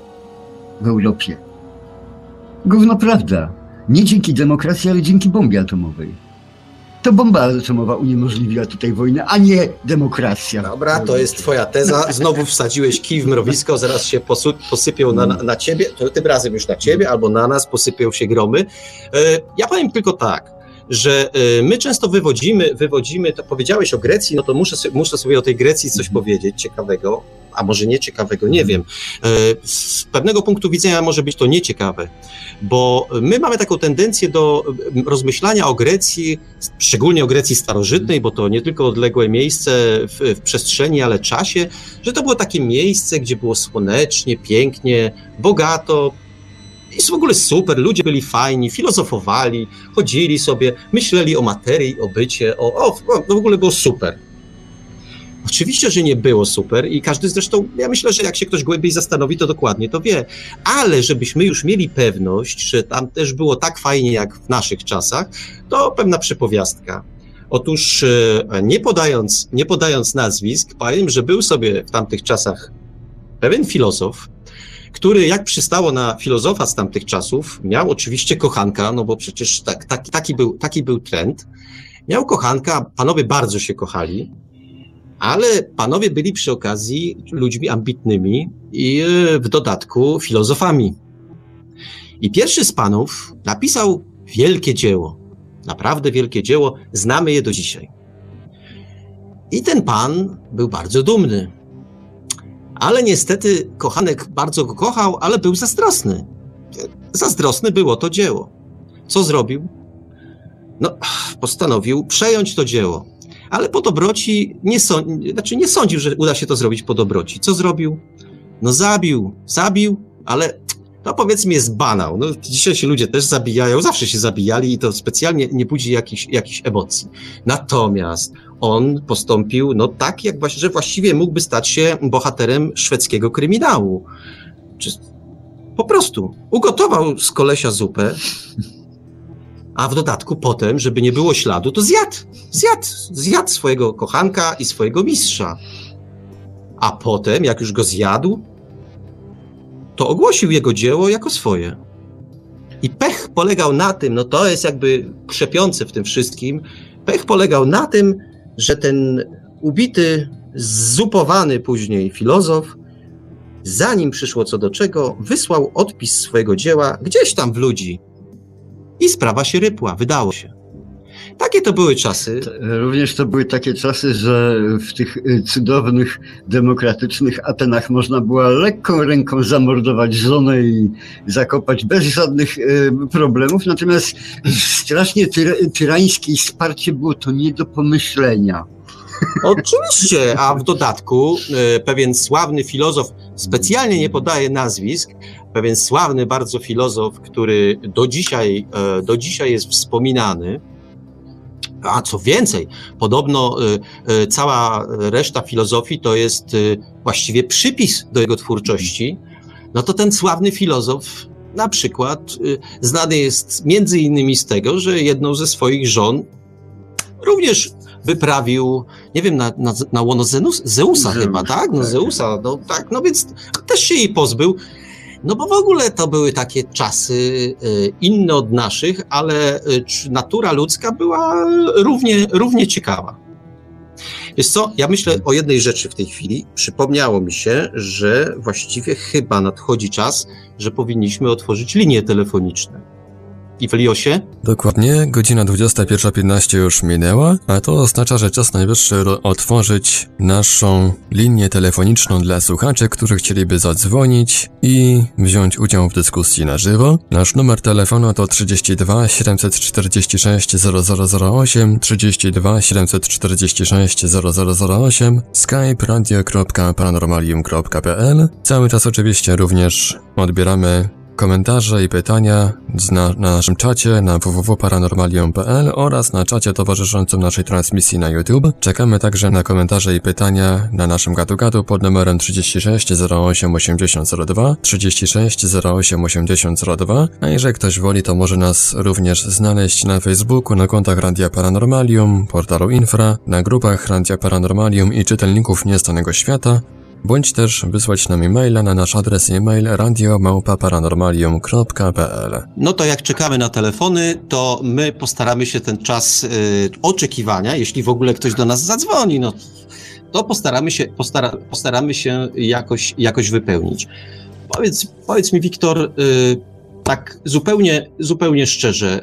C: w Europie. Gówno prawda. Nie dzięki demokracji, ale dzięki bombie atomowej. To bomba atomowa uniemożliwiła tutaj wojnę, a nie demokracja.
B: Dobra, to jest twoja teza. Znowu wsadziłeś kij w mrowisko, zaraz się posypią na ciebie, to tym razem już na ciebie albo na nas posypią się gromy. Ja powiem tylko tak, że my często wywodzimy, to powiedziałeś o Grecji, no to muszę sobie o tej Grecji coś powiedzieć ciekawego, a może nieciekawego, nie wiem. Z pewnego punktu widzenia może być to nieciekawe, bo my mamy taką tendencję do rozmyślania o Grecji, szczególnie o Grecji starożytnej, bo to nie tylko odległe miejsce w przestrzeni, ale czasie, że to było takie miejsce, gdzie było słonecznie, pięknie, bogato, jest w ogóle super, ludzie byli fajni, filozofowali, chodzili sobie, myśleli o materii, o bycie, no w ogóle było super. Oczywiście, że nie było super i każdy zresztą, ja myślę, że jak się ktoś głębiej zastanowi, to dokładnie to wie, ale żebyśmy już mieli pewność, że tam też było tak fajnie jak w naszych czasach, to pewna przepowiastka. Otóż nie podając nazwisk, powiem, że był sobie w tamtych czasach pewien filozof, który, jak przystało na filozofa z tamtych czasów, miał oczywiście kochanka, no bo przecież taki był trend. Miał kochanka, panowie bardzo się kochali, ale panowie byli przy okazji ludźmi ambitnymi i w dodatku filozofami. I pierwszy z panów napisał wielkie dzieło, naprawdę wielkie dzieło, znamy je do dzisiaj. I ten pan był bardzo dumny. Ale niestety kochanek bardzo go kochał, ale był zazdrosny. Zazdrosny było to dzieło. Co zrobił? No, postanowił przejąć to dzieło. Ale po dobroci nie sądził, że uda się to zrobić po dobroci. Co zrobił? No zabił, ale no powiedzmy jest banał. No, dzisiaj się ludzie też zabijają, zawsze się zabijali i to specjalnie nie budzi jakichś emocji. Natomiast on postąpił tak, że właściwie mógłby stać się bohaterem szwedzkiego kryminału. Po prostu ugotował z kolesia zupę, a w dodatku potem, żeby nie było śladu, to zjadł swojego kochanka i swojego mistrza. A potem, jak już go zjadł, to ogłosił jego dzieło jako swoje. I pech polegał na tym, to jest jakby krzepiące w tym wszystkim, pech polegał na tym, że ten ubity, zupowany później filozof, zanim przyszło co do czego, wysłał odpis swojego dzieła gdzieś tam w ludzi. I sprawa się rypła, wydało się. Takie to były czasy.
C: Również to były takie czasy, że w tych cudownych, demokratycznych Atenach można było lekką ręką zamordować żonę i zakopać bez żadnych problemów, natomiast strasznie tyrańskie wsparcie było to nie do pomyślenia.
B: Oczywiście, a w dodatku pewien sławny filozof, specjalnie nie podaję nazwisk, pewien sławny bardzo filozof, który do dzisiaj jest wspominany, a co więcej, podobno cała reszta filozofii to jest właściwie przypis do jego twórczości, to ten sławny filozof na przykład znany jest między innymi z tego, że jedną ze swoich żon również wyprawił, nie wiem, na łono Zeusa chyba, tak? Zeusa, więc też się jej pozbył. Bo w ogóle to były takie czasy inne od naszych, ale natura ludzka była równie ciekawa. Wiesz co, ja myślę o jednej rzeczy w tej chwili. Przypomniało mi się, że właściwie chyba nadchodzi czas, że powinniśmy otworzyć linie telefoniczne. I w Liosie?
A: Dokładnie, godzina 21:15 już minęła, a to oznacza, że czas najwyższy otworzyć naszą linię telefoniczną dla słuchaczy, którzy chcieliby zadzwonić i wziąć udział w dyskusji na żywo. Nasz numer telefonu to 32 746 0008, 32 746 0008, skype radio.paranormalium.pl. Cały czas oczywiście również odbieramy komentarze i pytania na naszym czacie na www.paranormalium.pl oraz na czacie towarzyszącym naszej transmisji na YouTube. Czekamy także na komentarze i pytania na naszym gadu pod numerem 36 08 8002, 36 08 8002, a jeżeli ktoś woli, to może nas również znaleźć na Facebooku, na kontach Radia Paranormalium, portalu Infra, na grupach Radia Paranormalium i czytelników Nieznanego Świata, bądź też wysłać nam e-maila na nasz adres e-mail radio@paranormalium.pl.
B: To jak czekamy na telefony, to my postaramy się ten czas oczekiwania, jeśli w ogóle ktoś do nas zadzwoni, to postaramy się jakoś wypełnić. Powiedz mi, Wiktor, tak zupełnie szczerze,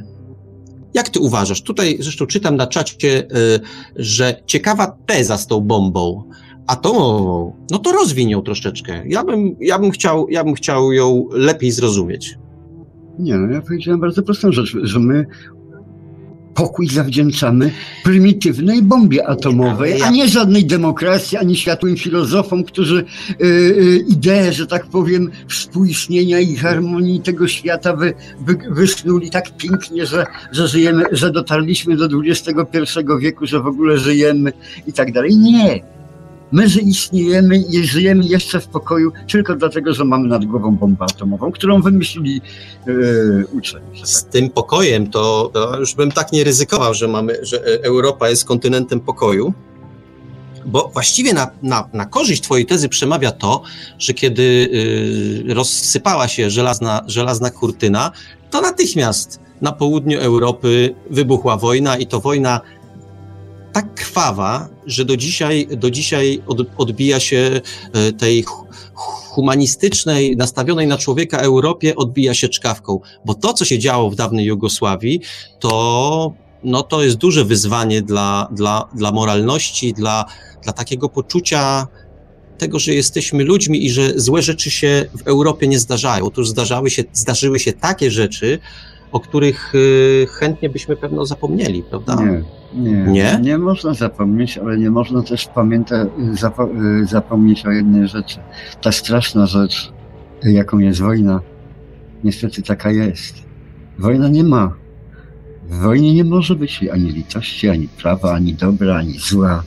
B: jak ty uważasz? Tutaj zresztą czytam na czacie, że ciekawa teza z tą bombą atomową, to rozwiń ją troszeczkę. Ja bym chciał ją lepiej zrozumieć.
C: Ja powiedziałem bardzo prostą rzecz, że my pokój zawdzięczamy prymitywnej bombie atomowej, a nie żadnej demokracji, ani światłym filozofom, którzy ideę, że tak powiem, współistnienia i harmonii tego świata wysnuli tak pięknie, że żyjemy, że dotarliśmy do XXI wieku, że w ogóle żyjemy i tak dalej. Nie! My istniejemy i żyjemy jeszcze w pokoju tylko dlatego, że mamy nad głową bombę atomową, którą wymyślili uczeni.
B: Z tym pokojem to już bym tak nie ryzykował, że Europa jest kontynentem pokoju, bo właściwie na korzyść twojej tezy przemawia to, że kiedy rozsypała się żelazna kurtyna, to natychmiast na południu Europy wybuchła wojna i to wojna tak krwawa, że do dzisiaj odbija się tej humanistycznej, nastawionej na człowieka Europie, odbija się czkawką. Bo to, co się działo w dawnej Jugosławii, to jest duże wyzwanie dla moralności, dla takiego poczucia tego, że jesteśmy ludźmi i że złe rzeczy się w Europie nie zdarzają. Otóż zdarzyły się takie rzeczy, o których chętnie byśmy pewno zapomnieli, prawda?
C: Nie? Nie można zapomnieć, ale nie można też zapomnieć o jednej rzeczy. Ta straszna rzecz, jaką jest wojna, niestety taka jest. Wojna nie ma W wojnie nie może być ani litości, ani prawa, ani dobra, ani zła.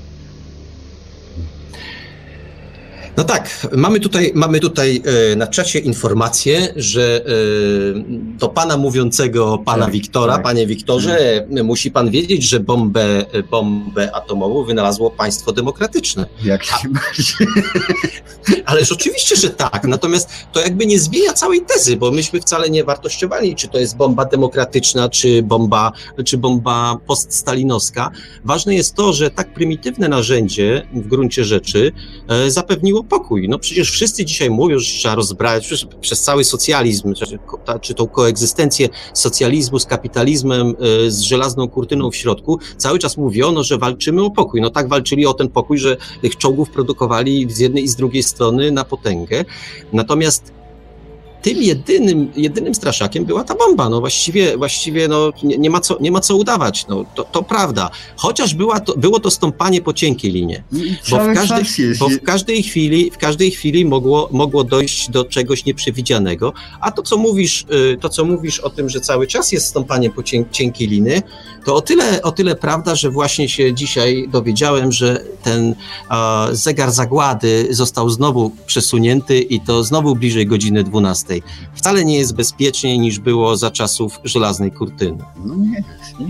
B: No tak, mamy tutaj na czacie informację, że do pana mówiącego, pana
C: tak,
B: Wiktora,
C: tak.
B: Panie Wiktorze, musi pan wiedzieć, że bombę atomową wynalazło państwo demokratyczne.
C: Jak najbardziej.
B: Ależ oczywiście, że tak, natomiast to jakby nie zmienia całej tezy, bo myśmy wcale nie wartościowali, czy to jest bomba demokratyczna, czy bomba poststalinowska. Ważne jest to, że tak prymitywne narzędzie w gruncie rzeczy zapewniło pokój. No przecież wszyscy dzisiaj mówią, że trzeba rozbrać przez cały socjalizm, czy tą koegzystencję socjalizmu z kapitalizmem, z żelazną kurtyną w środku, cały czas mówiono, że walczymy o pokój. No tak walczyli o ten pokój, że tych czołgów produkowali z jednej i z drugiej strony na potęgę. Natomiast tym jedynym straszakiem była ta bomba. No właściwie no, nie ma co udawać. No, to prawda. Chociaż było to stąpanie po cienkiej linie. Bo w każdej chwili mogło dojść do czegoś nieprzewidzianego. A to, co mówisz o tym, że cały czas jest stąpanie po cienkiej liny, to o tyle prawda, że właśnie się dzisiaj dowiedziałem, że ten zegar zagłady został znowu przesunięty i to znowu bliżej godziny 12. Wcale nie jest bezpieczniej niż było za czasów żelaznej kurtyny.
C: No nie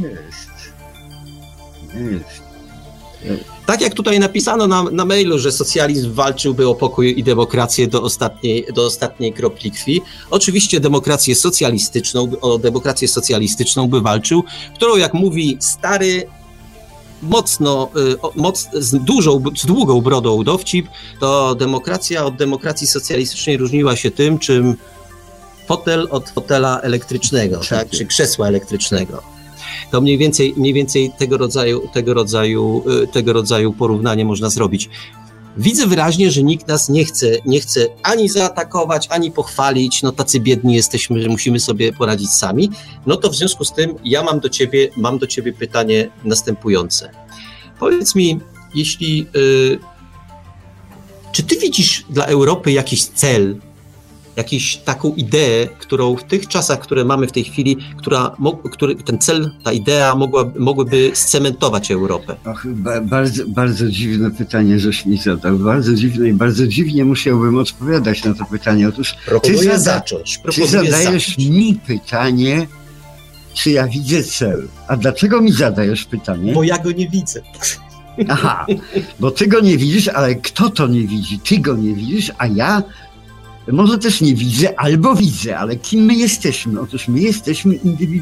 C: jest.
B: Tak jak tutaj napisano na mailu, że socjalizm walczyłby o pokój i demokrację do ostatniej kropli krwi. Oczywiście o demokrację socjalistyczną by walczył, którą, jak mówi stary, z długą brodą dowcip, to demokracja od demokracji socjalistycznej różniła się tym, czym fotel od fotela elektrycznego, tak, czy krzesła elektrycznego. To mniej więcej tego rodzaju porównanie można zrobić. Widzę wyraźnie, że nikt nas nie chce ani zaatakować, ani pochwalić. No tacy biedni jesteśmy, że musimy sobie poradzić sami. No to w związku z tym ja mam do ciebie pytanie następujące. Powiedz mi, czy ty widzisz dla Europy jakiś cel, taką ideę, którą w tych czasach, które mamy w tej chwili, ten cel, ta idea mogłyby scementować Europę?
C: Och, bardzo dziwne pytanie, żeś mi zadał. Bardzo dziwne i bardzo dziwnie musiałbym odpowiadać na to pytanie. Otóż
B: Proponuję
C: ty zadajesz mi pytanie, czy ja widzę cel. A dlaczego mi zadajesz pytanie?
B: Bo ja go nie widzę.
C: Aha, bo ty go nie widzisz, ale kto to nie widzi? Ty go nie widzisz, a ja może też nie widzę, albo widzę, ale kim my jesteśmy? Otóż my jesteśmy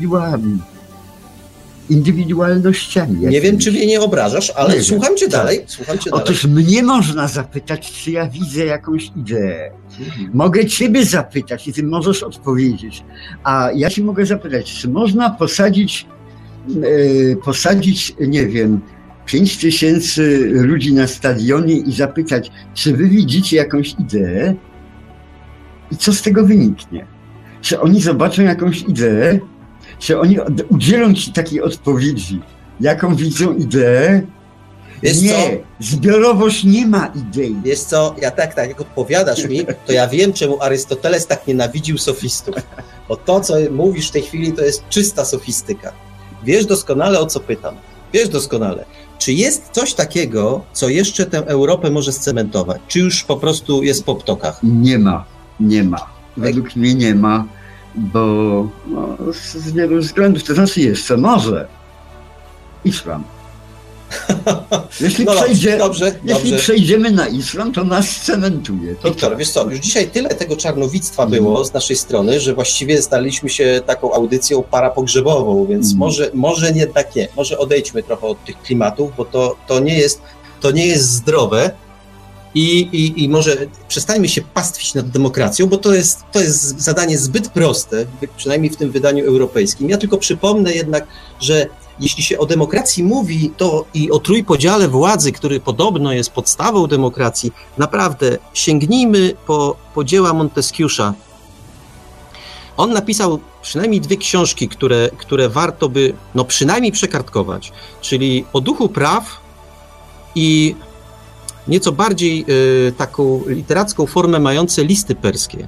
C: indywidualnościami.
B: Nie wiem, czy mnie nie obrażasz, ale słucham cię dalej.
C: Otóż mnie można zapytać, czy ja widzę jakąś ideę. Mogę ciebie zapytać i ty możesz odpowiedzieć. A ja ci mogę zapytać, czy można posadzić, nie wiem, 5000 ludzi na stadionie i zapytać, czy wy widzicie jakąś ideę? I co z tego wyniknie? Czy oni zobaczą jakąś ideę? Czy oni udzielą ci takiej odpowiedzi, jaką widzą ideę? Zbiorowość nie ma idei.
B: Wiesz co, ja tak jak odpowiadasz mi, to ja wiem, czemu Arystoteles tak nienawidził sofistów. Bo to, co mówisz w tej chwili, to jest czysta sofistyka. Wiesz doskonale, o co pytam. Wiesz doskonale. Czy jest coś takiego, co jeszcze tę Europę może scementować? Czy już po prostu jest po ptokach?
C: Nie ma. Według mnie nie ma, bo z wielu względów, to znaczy jest co może. Islam. Jeśli przejdziemy na islam, to nas cementuje.
B: Wiktor, wiesz co, już dzisiaj tyle tego czarnowictwa było z naszej strony, że właściwie staliśmy się taką audycją parapogrzebową, więc może jednak nie. Może odejdźmy trochę od tych klimatów, bo to nie jest zdrowe. I może przestańmy się pastwić nad demokracją, bo to jest zadanie zbyt proste, przynajmniej w tym wydaniu europejskim. Ja tylko przypomnę jednak, że jeśli się o demokracji mówi, to i o trójpodziale władzy, który podobno jest podstawą demokracji, naprawdę sięgnijmy po dzieła Montesquieu'a. On napisał przynajmniej 2 książki, które warto by przynajmniej przekartkować, czyli o duchu praw i nieco bardziej taką literacką formę mające listy perskie.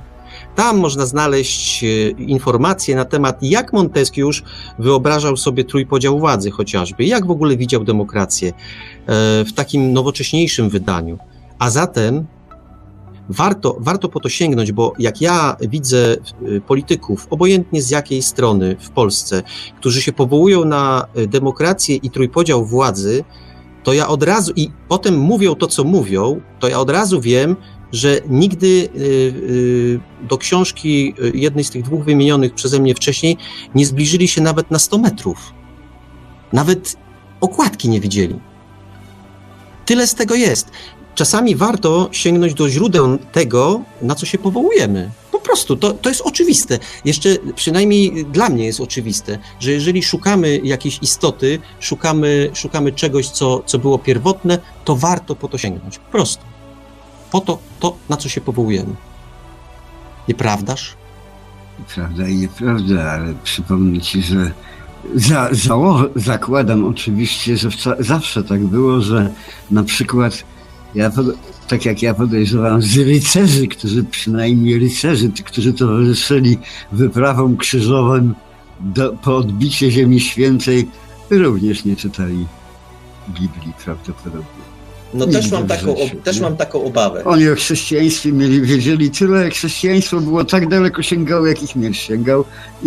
B: Tam można znaleźć informacje na temat, jak Montesquieu wyobrażał sobie trójpodział władzy chociażby, jak w ogóle widział demokrację w takim nowocześniejszym wydaniu. A zatem warto po to sięgnąć, bo jak ja widzę polityków, obojętnie z jakiej strony w Polsce, którzy się powołują na demokrację i trójpodział władzy, to ja od razu, i potem mówią to, co mówią, to ja od razu wiem, że nigdy do książki jednej z tych dwóch wymienionych przeze mnie wcześniej nie zbliżyli się nawet na 100 metrów. Nawet okładki nie widzieli. Tyle z tego jest. Czasami warto sięgnąć do źródeł tego, na co się powołujemy. Po prostu, to jest oczywiste. Jeszcze przynajmniej dla mnie jest oczywiste, że jeżeli szukamy jakiejś istoty, szukamy czegoś, co było pierwotne, to warto po to sięgnąć. Po prostu. Po to, na co się powołujemy. Nieprawdaż?
C: Prawda i nieprawda, ale przypomnę ci, że zakładam oczywiście, że zawsze tak było, że na przykład tak jak ja podejrzewam, z rycerzy, którzy towarzyszyli wyprawom krzyżowym po odbicie Ziemi Świętej, również nie czytali Biblii prawdopodobnie.
B: No też mam taką obawę.
C: Oni o chrześcijaństwie wiedzieli tyle, jak chrześcijaństwo było tak daleko sięgało, jak ich miecz sięgał.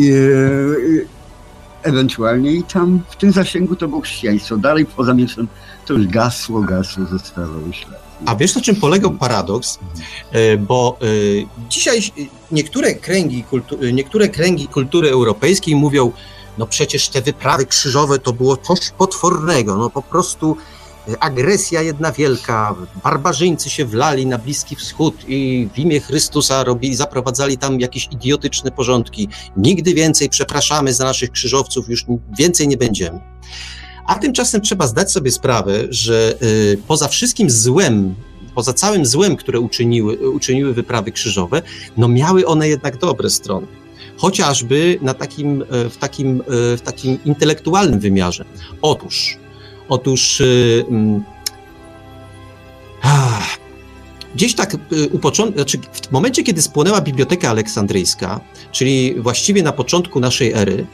C: Ewentualnie i tam w tym zasięgu to było chrześcijaństwo. Dalej poza mieczem to już gasło, zostawało ślad.
B: A wiesz, na czym polegał paradoks? Bo dzisiaj niektóre kręgi kultury europejskiej mówią, no przecież te wyprawy krzyżowe to było coś potwornego, no po prostu agresja jedna wielka, barbarzyńcy się wlali na Bliski Wschód i w imię Chrystusa zaprowadzali tam jakieś idiotyczne porządki. Nigdy więcej, przepraszamy za naszych krzyżowców, już więcej nie będziemy. A tymczasem trzeba zdać sobie sprawę, że poza wszystkim złem, poza całym złem, które uczyniły wyprawy krzyżowe, no miały one jednak dobre strony. Chociażby w takim intelektualnym wymiarze. Otóż gdzieś tak w momencie, kiedy spłonęła Biblioteka Aleksandryjska, czyli właściwie na początku naszej ery,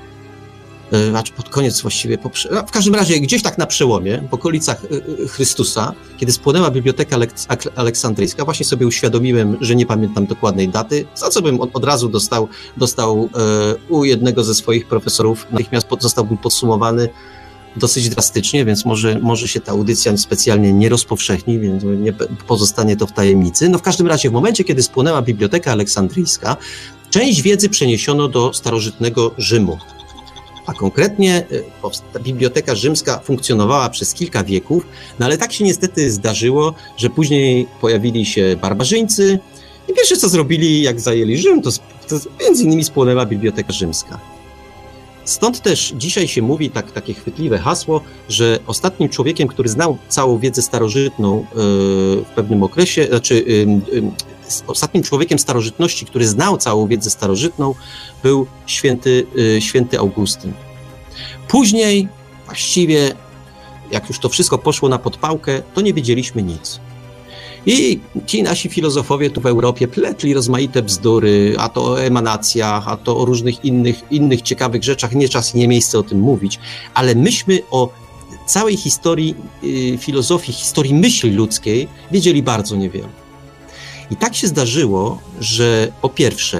B: pod koniec właściwie, w każdym razie gdzieś tak na przełomie, w okolicach Chrystusa, kiedy spłonęła Biblioteka Aleksandryjska, właśnie sobie uświadomiłem, że nie pamiętam dokładnej daty, za co bym od razu dostał u jednego ze swoich profesorów, natychmiast zostałbym podsumowany dosyć drastycznie, więc może się ta audycja specjalnie nie rozpowszechni, więc nie pozostanie to w tajemnicy. No w każdym razie w momencie, kiedy spłonęła Biblioteka Aleksandryjska, część wiedzy przeniesiono do starożytnego Rzymu. A konkretnie ta Biblioteka Rzymska funkcjonowała przez kilka wieków, no ale tak się niestety zdarzyło, że później pojawili się barbarzyńcy i pierwsze co zrobili, jak zajęli Rzym, to między innymi spłonęła Biblioteka Rzymska. Stąd też dzisiaj się mówi takie chwytliwe hasło, że ostatnim człowiekiem, który znał całą wiedzę starożytną w pewnym okresie, ostatnim człowiekiem starożytności, który znał całą wiedzę starożytną, był święty Augustyn. Później właściwie, jak już to wszystko poszło na podpałkę, to nie wiedzieliśmy nic. I ci nasi filozofowie tu w Europie pletli rozmaite bzdury, a to o emanacjach, a to o różnych innych ciekawych rzeczach, nie czas i nie miejsce o tym mówić, ale myśmy o całej historii filozofii, historii myśli ludzkiej wiedzieli bardzo niewiele. I tak się zdarzyło, że po pierwsze,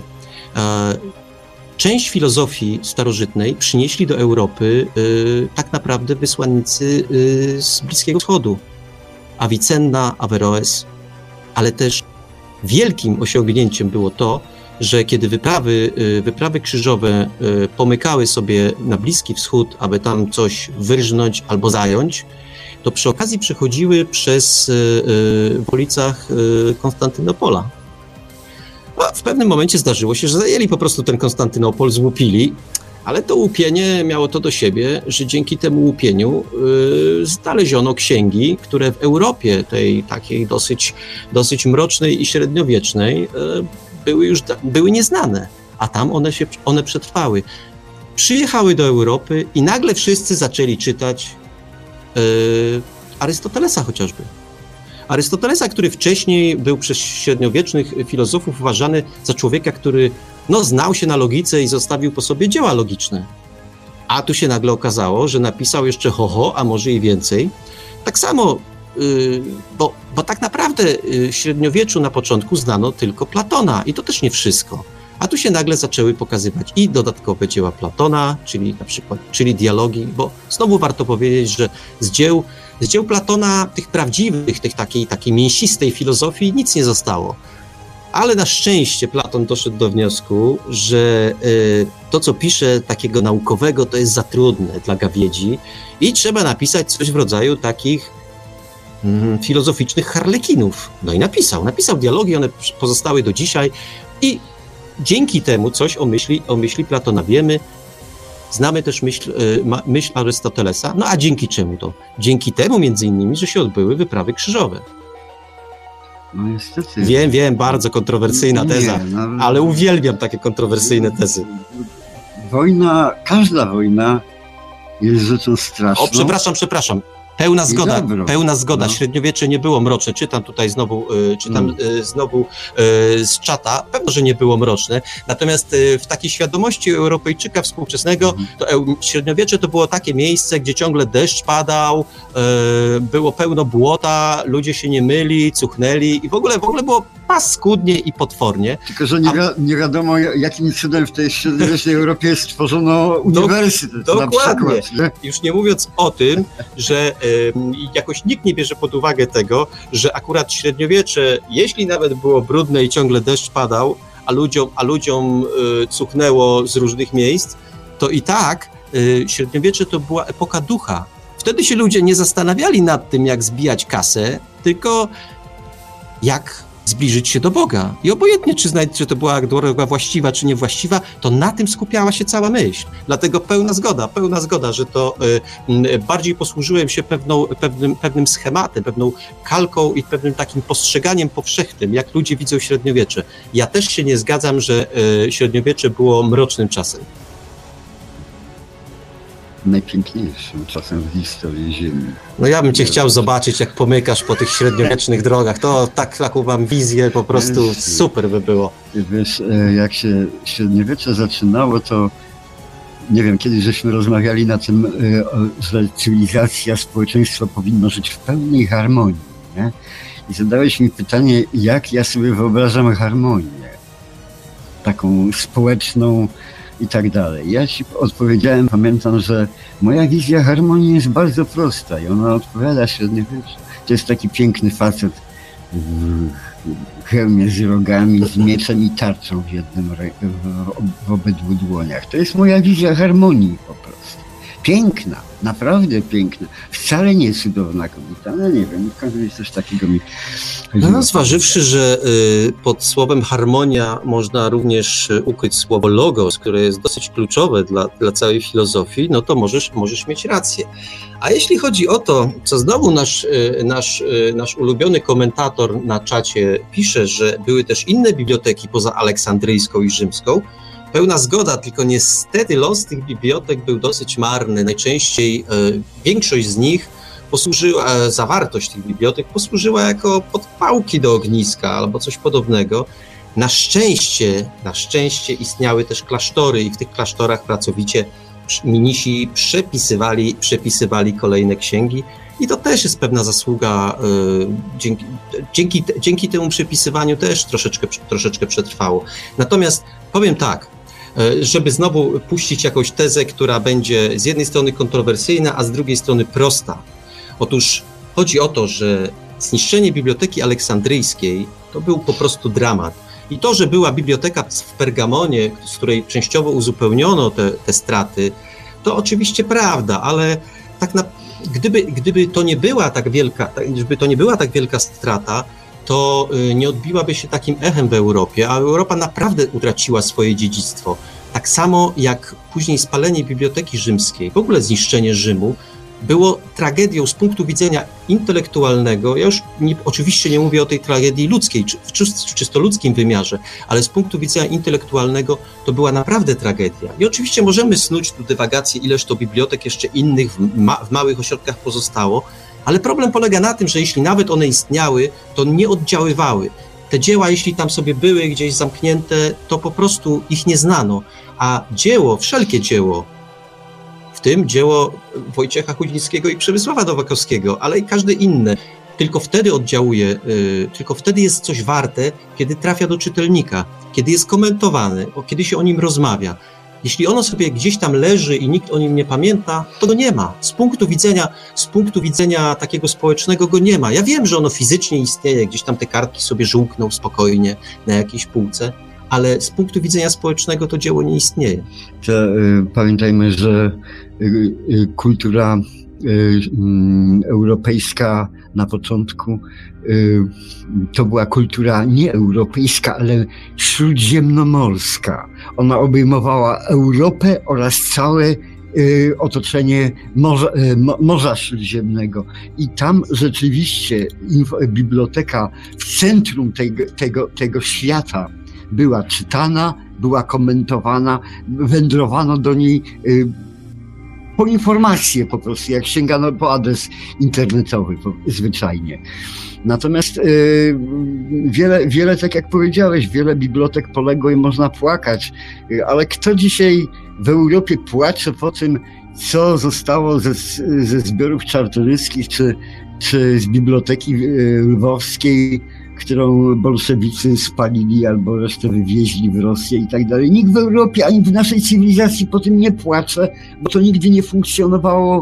B: część filozofii starożytnej przynieśli do Europy tak naprawdę wysłannicy z Bliskiego Wschodu. Avicenna, Averroes, ale też wielkim osiągnięciem było to, że kiedy wyprawy krzyżowe pomykały sobie na Bliski Wschód, aby tam coś wyrżnąć albo zająć, to przy okazji przechodziły w okolicach Konstantynopola. A w pewnym momencie zdarzyło się, że zajęli po prostu ten Konstantynopol, złupili, ale to łupienie miało to do siebie, że dzięki temu łupieniu znaleziono księgi, które w Europie, tej takiej dosyć mrocznej i średniowiecznej, były nieznane, a tam one przetrwały. Przyjechały do Europy i nagle wszyscy zaczęli czytać Arystotelesa chociażby. Arystotelesa, który wcześniej był przez średniowiecznych filozofów uważany za człowieka, który znał się na logice i zostawił po sobie dzieła logiczne. A tu się nagle okazało, że napisał jeszcze a może i więcej. Tak samo, bo tak naprawdę w średniowieczu na początku znano tylko Platona i to też nie wszystko. A tu się nagle zaczęły pokazywać i dodatkowe dzieła Platona, czyli dialogi, bo znowu warto powiedzieć, że z dzieł Platona, tych prawdziwych, tych takiej mięsistej filozofii nic nie zostało. Ale na szczęście Platon doszedł do wniosku, że to, co pisze takiego naukowego, to jest za trudne dla gawiedzi i trzeba napisać coś w rodzaju takich filozoficznych harlekinów. No i napisał dialogi, one pozostały do dzisiaj i dzięki temu coś o myśli Platona wiemy, znamy też myśl Arystotelesa, a dzięki czemu to? Dzięki temu między innymi, że się odbyły wyprawy krzyżowe.
C: No niestety.
B: Wiem, bardzo kontrowersyjna teza, ale uwielbiam takie kontrowersyjne tezy.
C: Każda wojna jest rzeczą straszną.
B: Przepraszam. Pełna zgoda. Średniowiecze nie było mroczne. Czytam tutaj znowu z czata. Pewno, że nie było mroczne. Natomiast w takiej świadomości Europejczyka współczesnego to średniowiecze to było takie miejsce, gdzie ciągle deszcz padał, było pełno błota, ludzie się nie myli, cuchnęli i w ogóle było paskudnie i potwornie.
C: Tylko, że nie wiadomo, jakim cudem w tej średniowiecznej Europie stworzono uniwersytet.
B: Dokładnie. Na przykład, nie? Już nie mówiąc o tym, że jakoś nikt nie bierze pod uwagę tego, że akurat średniowiecze, jeśli nawet było brudne i ciągle deszcz padał, a ludziom cuchnęło z różnych miejsc, to i tak średniowiecze to była epoka ducha. Wtedy się ludzie nie zastanawiali nad tym, jak zbijać kasę, tylko jak zbliżyć się do Boga. I obojętnie, czy to była droga właściwa, czy niewłaściwa, to na tym skupiała się cała myśl. Dlatego pełna zgoda, że to bardziej posłużyłem się pewnym schematem, pewną kalką i pewnym takim postrzeganiem powszechnym, jak ludzie widzą średniowiecze. Ja też się nie zgadzam, że średniowiecze było mrocznym czasem.
C: Najpiękniejszym czasem w historii Ziemi.
B: No ja bym cię chciał zobaczyć, jak pomykasz po tych średniowiecznych drogach. To taką mam wizję, po prostu super by było.
C: Wiesz, jak się średniowiecze zaczynało, to nie wiem, kiedyś żeśmy rozmawiali na tym, że cywilizacja, społeczeństwo powinno żyć w pełnej harmonii, nie? I zadałeś mi pytanie, jak ja sobie wyobrażam harmonię, taką społeczną, i tak dalej. Ja ci odpowiedziałem, pamiętam, że moja wizja harmonii jest bardzo prosta i ona odpowiada średniowieczu. To jest taki piękny facet w hełmie z rogami, z mieczem i tarczą w obydwu dłoniach. To jest moja wizja harmonii po prostu. Piękna, naprawdę piękna. Wcale nie cudowna kobieta, ale nie wiem, w każdym razie coś takiego mi chodziło.
B: No, zważywszy, że pod słowem harmonia można również ukryć słowo logos, które jest dosyć kluczowe dla całej filozofii, no to możesz mieć rację. A jeśli chodzi o to, co znowu nasz ulubiony komentator na czacie pisze, że były też inne biblioteki poza aleksandryjską i rzymską, pełna zgoda, tylko niestety los tych bibliotek był dosyć marny. Najczęściej większość z nich zawartość tych bibliotek posłużyła jako podpałki do ogniska albo coś podobnego. Na szczęście istniały też klasztory i w tych klasztorach pracowicie mnisi przepisywali kolejne księgi i to też jest pewna zasługa, dzięki temu przepisywaniu też troszeczkę przetrwało. Natomiast powiem tak, żeby znowu puścić jakąś tezę, która będzie z jednej strony kontrowersyjna, a z drugiej strony prosta. Otóż chodzi o to, że zniszczenie Biblioteki Aleksandryjskiej to był po prostu dramat. I to, że była biblioteka w Pergamonie, z której częściowo uzupełniono te straty, to oczywiście prawda, ale gdyby to nie była tak wielka strata, to nie odbiłaby się takim echem w Europie, a Europa naprawdę utraciła swoje dziedzictwo. Tak samo jak później spalenie Biblioteki Rzymskiej, w ogóle zniszczenie Rzymu, było tragedią z punktu widzenia intelektualnego. Ja już oczywiście nie mówię o tej tragedii ludzkiej, w czysto ludzkim wymiarze, ale z punktu widzenia intelektualnego to była naprawdę tragedia. I oczywiście możemy snuć tu dywagację, ileż to bibliotek jeszcze innych w małych ośrodkach pozostało, Ale problem polega na tym, że jeśli nawet one istniały, to nie oddziaływały. Te dzieła, jeśli tam sobie były gdzieś zamknięte, to po prostu ich nie znano. A dzieło, wszelkie dzieło, w tym dzieło Wojciecha Chudzińskiego i Przemysława Nowakowskiego, ale i każde inne, tylko wtedy oddziałuje, tylko wtedy jest coś warte, kiedy trafia do czytelnika, kiedy jest komentowane, kiedy się o nim rozmawia. Jeśli ono sobie gdzieś tam leży i nikt o nim nie pamięta, to go nie ma. Z punktu widzenia takiego społecznego go nie ma. Ja wiem, że ono fizycznie istnieje, gdzieś tam te kartki sobie żółkną spokojnie na jakiejś półce, ale z punktu widzenia społecznego to dzieło nie istnieje.
C: Pamiętajmy, że kultura europejska na początku to była kultura nie europejska, ale śródziemnomorska. Ona obejmowała Europę oraz całe otoczenie Morza Śródziemnego. I tam rzeczywiście biblioteka w centrum tego świata była czytana, była komentowana, wędrowano do niej po informacje po prostu, jak sięgano po adres internetowy zwyczajnie. Natomiast wiele, tak jak powiedziałeś, wiele bibliotek poległo i można płakać, ale kto dzisiaj w Europie płacze po tym, co zostało ze zbiorów czartoryskich, czy z biblioteki lwowskiej, którą bolszewicy spalili albo resztę wywieźli w Rosję i tak dalej. Nikt w Europie ani w naszej cywilizacji po tym nie płacze, bo to nigdy nie funkcjonowało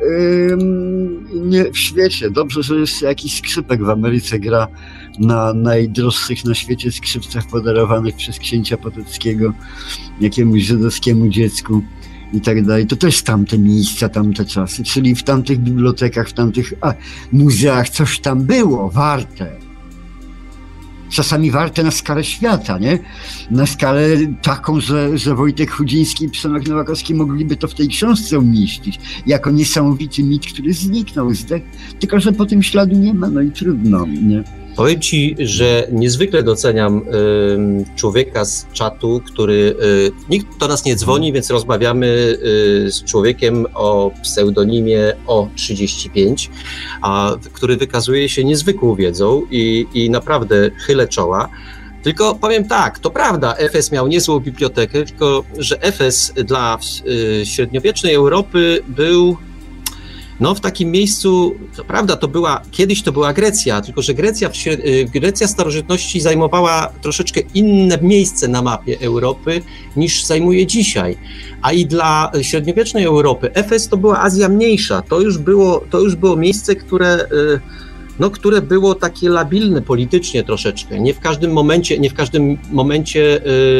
C: w świecie. Dobrze, że jeszcze jakiś skrzypek w Ameryce gra na najdroższych na świecie skrzypcach podarowanych przez księcia Potockiego jakiemuś żydowskiemu dziecku i tak dalej. To też tamte miejsca, tamte czasy, czyli w tamtych bibliotekach, w tamtych muzeach coś tam było warte. Czasami warte na skalę świata, nie? Na skalę taką, że Wojtek Chudziński i Przemek Nowakowski mogliby to w tej książce umieścić. Jako niesamowity mit, który zniknął, tylko że po tym śladu nie ma, no i trudno, nie?
B: Powiem ci, że niezwykle doceniam człowieka z czatu, który... nikt do nas nie dzwoni, więc rozmawiamy z człowiekiem o pseudonimie O35, który wykazuje się niezwykłą wiedzą i naprawdę chylę czoła. Tylko powiem tak, to prawda, Efes miał niezłą bibliotekę, tylko że Efes dla średniowiecznej Europy był... No w takim miejscu, to prawda, kiedyś to była Grecja, tylko że Grecja starożytności zajmowała troszeczkę inne miejsce na mapie Europy niż zajmuje dzisiaj. A i dla średniowiecznej Europy Efes to była Azja Mniejsza, to już było miejsce, które było takie labilne politycznie troszeczkę. Nie w każdym momencie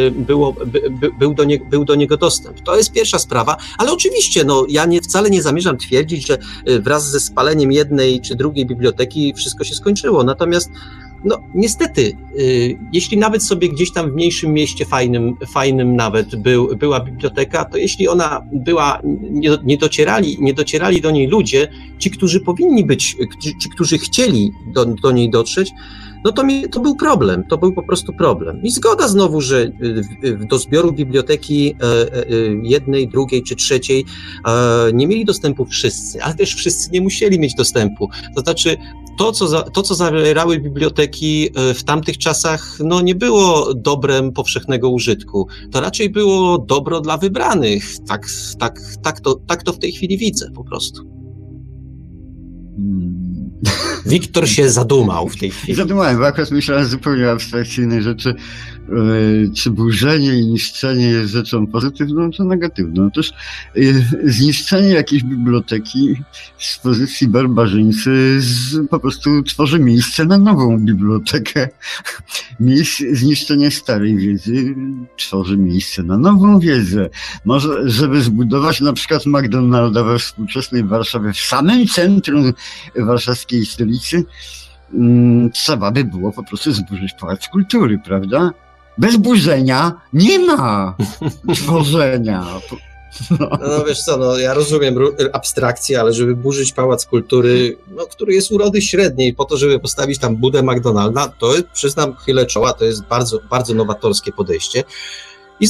B: był do niego dostęp. To jest pierwsza sprawa, ale oczywiście ja wcale nie zamierzam twierdzić, że wraz ze spaleniem jednej czy drugiej biblioteki wszystko się skończyło. Natomiast niestety, jeśli nawet sobie gdzieś tam w mniejszym mieście fajnym nawet była biblioteka, to jeśli ona była, nie docierali do niej ludzie, ci, którzy powinni być, ci, którzy chcieli do niej dotrzeć, to był problem, to był po prostu problem. I zgoda znowu, że do zbioru biblioteki jednej, drugiej czy trzeciej nie mieli dostępu wszyscy, ale też wszyscy nie musieli mieć dostępu. To znaczy, to, co zawierały biblioteki w tamtych czasach, nie było dobrem powszechnego użytku. To raczej było dobro dla wybranych. Tak to w tej chwili widzę po prostu. Wiktor się zadumał w tej chwili.
C: Zadumałem, bo akurat myślałem zupełnie o abstrakcyjnej rzeczy. Czy burzenie i niszczenie jest rzeczą pozytywną, czy negatywną? Otóż zniszczenie jakiejś biblioteki z pozycji barbarzyńcy po prostu tworzy miejsce na nową bibliotekę. Zniszczenie starej wiedzy tworzy miejsce na nową wiedzę. Może, żeby zbudować na przykład McDonalda we współczesnej Warszawie, w samym centrum warszawskiej stolicy, trzeba by było po prostu zburzyć Pałac Kultury, prawda? Bez burzenia nie ma tworzenia.
B: Wiesz co, ja rozumiem abstrakcję, ale żeby burzyć Pałac Kultury, który jest urody średniej, po to, żeby postawić tam budę McDonalda, to przyznam, chylę czoła, to jest bardzo, bardzo nowatorskie podejście. I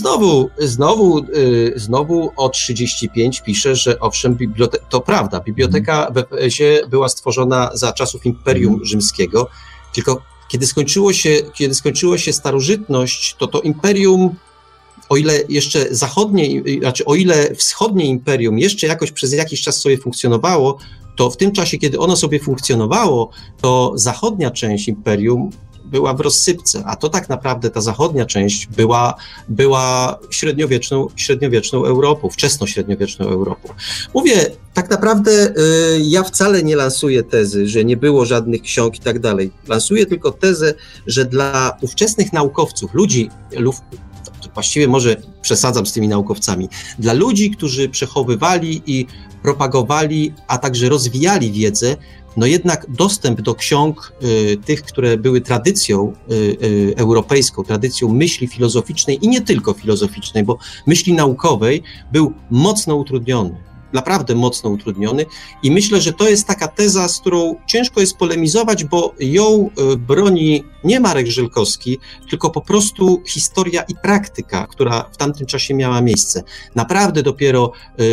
B: znowu o 35 pisze, że owszem, to prawda, biblioteka w Efezie była stworzona za czasów Imperium Rzymskiego, tylko kiedy skończyło się starożytność, to imperium, o ile jeszcze o ile wschodnie imperium jeszcze jakoś przez jakiś czas sobie funkcjonowało, to w tym czasie, kiedy ono sobie funkcjonowało, to zachodnia część imperium była w rozsypce, a to tak naprawdę ta zachodnia część była średniowieczną Europą, wczesnośredniowieczną Europą. Mówię, tak naprawdę ja wcale nie lansuję tezy, że nie było żadnych ksiąg i tak dalej. Lansuję tylko tezę, że dla ówczesnych naukowców, właściwie może przesadzam z tymi naukowcami, dla ludzi, którzy przechowywali i propagowali, a także rozwijali wiedzę, no jednak dostęp do ksiąg tych, które były tradycją europejską, tradycją myśli filozoficznej i nie tylko filozoficznej, bo myśli naukowej był mocno utrudniony, naprawdę mocno utrudniony i myślę, że to jest taka teza, z którą ciężko jest polemizować, bo ją broni nie Marek Żelkowski, tylko po prostu historia i praktyka, która w tamtym czasie miała miejsce. Naprawdę dopiero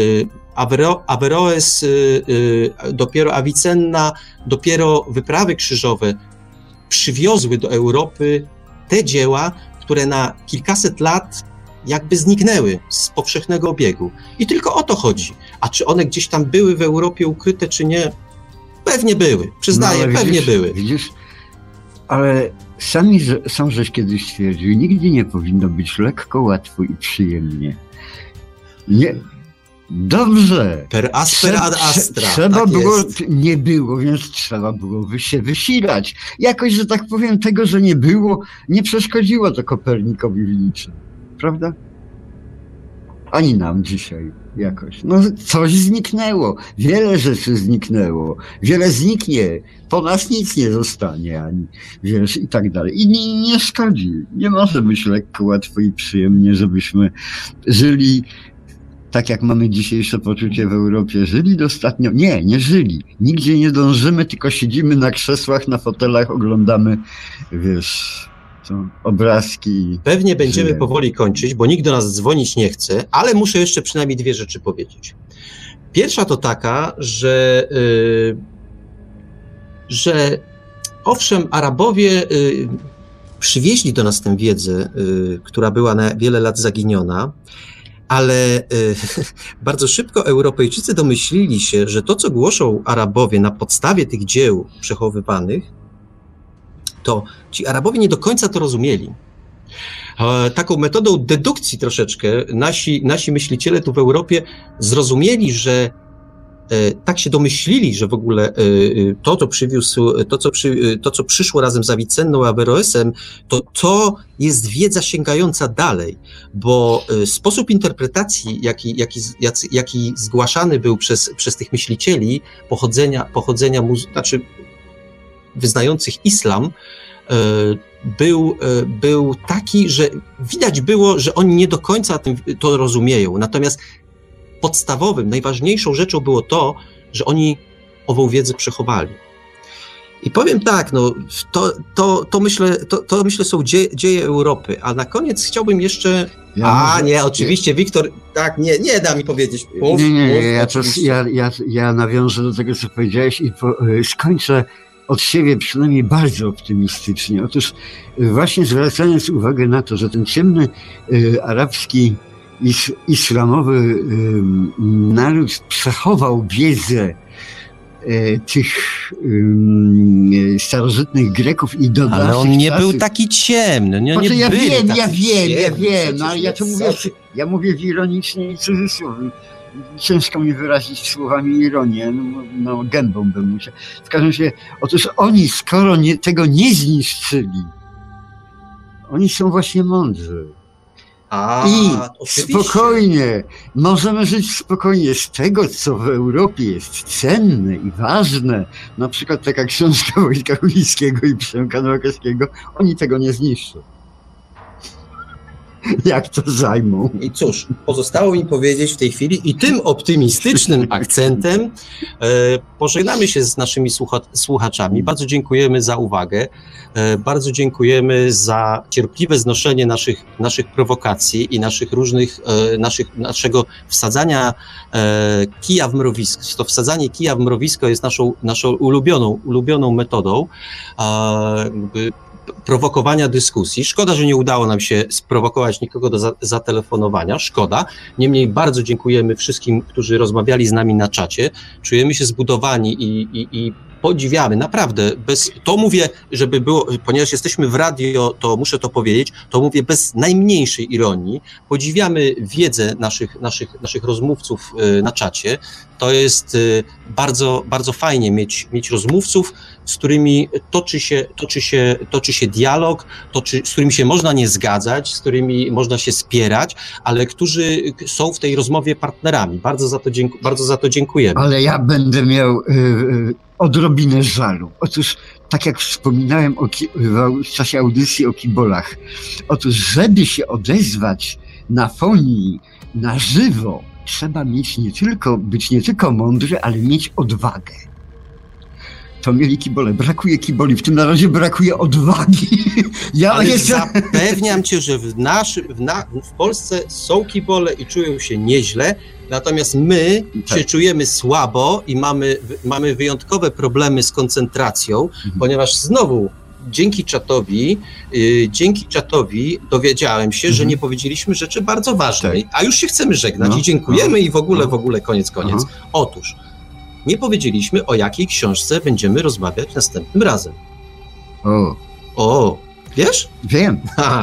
B: Averroes, dopiero Avicenna, dopiero wyprawy krzyżowe przywiozły do Europy te dzieła, które na kilkaset lat jakby zniknęły z powszechnego obiegu. I tylko o to chodzi. A czy one gdzieś tam były w Europie ukryte, czy nie? Pewnie były. Przyznaję, no, pewnie były.
C: Widzisz, ale sam żeś kiedyś stwierdził, nigdy nie powinno być lekko, łatwo i przyjemnie. Nie. Dobrze.
B: Per aspera ad astra.
C: Trzeba
B: tak
C: było,
B: jest.
C: Nie było, więc trzeba było się wysilać. Jakoś, że tak powiem, tego, że nie było, nie przeszkodziło to Kopernikowi w niczym. Prawda? Ani nam dzisiaj jakoś. No coś zniknęło. Wiele rzeczy zniknęło. Wiele zniknie. Po nas nic nie zostanie, ani wiesz, i tak dalej. I nie szkodzi. Nie może być lekko, łatwo i przyjemnie, żebyśmy żyli tak jak mamy dzisiejsze poczucie w Europie, żyli dostatnio. Nie żyli. Nigdzie nie dążymy, tylko siedzimy na krzesłach, na fotelach, oglądamy, wiesz, obrazki.
B: Pewnie będziemy powoli kończyć, bo nikt do nas dzwonić nie chce, ale muszę jeszcze przynajmniej dwie rzeczy powiedzieć. Pierwsza to taka, że owszem, Arabowie przywieźli do nas tę wiedzę, która była na wiele lat zaginiona, ale bardzo szybko Europejczycy domyślili się, że to, co głoszą Arabowie na podstawie tych dzieł przechowywanych, to ci Arabowie nie do końca to rozumieli. Taką metodą dedukcji troszeczkę nasi myśliciele tu w Europie zrozumieli, że tak się domyślili, że w ogóle to, co przyszło razem z Avicenną, Averroesem, to jest wiedza sięgająca dalej, bo sposób interpretacji, jaki zgłaszany był przez tych myślicieli znaczy wyznających islam, był taki, że widać było, że oni nie do końca to rozumieją. Natomiast podstawowym, najważniejszą rzeczą było to, że oni ową wiedzę przechowali. I powiem tak, no, to myślę są dzieje Europy. A na koniec chciałbym jeszcze... Oczywiście, Wiktor, tak, nie da mi powiedzieć.
C: Ja nawiążę do tego, co powiedziałeś i skończę od siebie przynajmniej bardzo optymistycznie. Otóż właśnie zwracając uwagę na to, że ten ciemny arabski islamowy naród przechował wiedzę tych starożytnych Greków i do naszych
B: Ale on nie
C: czasów.
B: Był taki ciemny.
C: Ja wiem, no, ale ja mówię w ironicznej cudzysłowie. Ciężko mi wyrazić słowami ironię, no gębą bym musiał. W każdym razie, otóż oni, skoro tego nie zniszczyli, oni są właśnie mądrzy. Spokojnie, możemy żyć spokojnie z tego, co w Europie jest cenne i ważne, na przykład taka książka Wojtka Kulickiego i Przemka Nowakowskiego, oni tego nie zniszczą. jak to zajmą.
B: I cóż, pozostało mi powiedzieć w tej chwili i tym optymistycznym akcentem pożegnamy się z naszymi słuchaczami. Bardzo dziękujemy za uwagę, bardzo dziękujemy za cierpliwe znoszenie naszych prowokacji i naszego wsadzania kija w mrowisko. To wsadzanie kija w mrowisko jest naszą ulubioną metodą prowokowania dyskusji. Szkoda, że nie udało nam się sprowokować nikogo do zatelefonowania. Szkoda. Niemniej bardzo dziękujemy wszystkim, którzy rozmawiali z nami na czacie. Czujemy się zbudowani i podziwiamy, naprawdę, to mówię, żeby było, ponieważ jesteśmy w radio, to muszę to powiedzieć, to mówię bez najmniejszej ironii, podziwiamy wiedzę naszych rozmówców na czacie, to jest bardzo, bardzo fajnie mieć rozmówców, z którymi toczy się dialog, z którymi się można nie zgadzać, z którymi można się spierać, ale którzy są w tej rozmowie partnerami. Bardzo za to dziękujemy.
C: Ale ja będę miał odrobinę żalu. Otóż, tak jak wspominałem w czasie audycji o kibolach, otóż, żeby się odezwać na fonii, na żywo, trzeba być nie tylko mądry, ale mieć odwagę. To mieli kibole. Brakuje kiboli. W tym narodzie brakuje odwagi.
B: Zapewniam cię, że w Polsce są kibole i czują się nieźle, natomiast my się czujemy słabo i mamy wyjątkowe problemy z koncentracją, ponieważ znowu dzięki czatowi dowiedziałem się, że nie powiedzieliśmy rzeczy bardzo ważnej, a już się chcemy żegnać i dziękujemy i w ogóle koniec. Otóż nie powiedzieliśmy, o jakiej książce będziemy rozmawiać następnym razem. O, wiesz?
C: Wiem.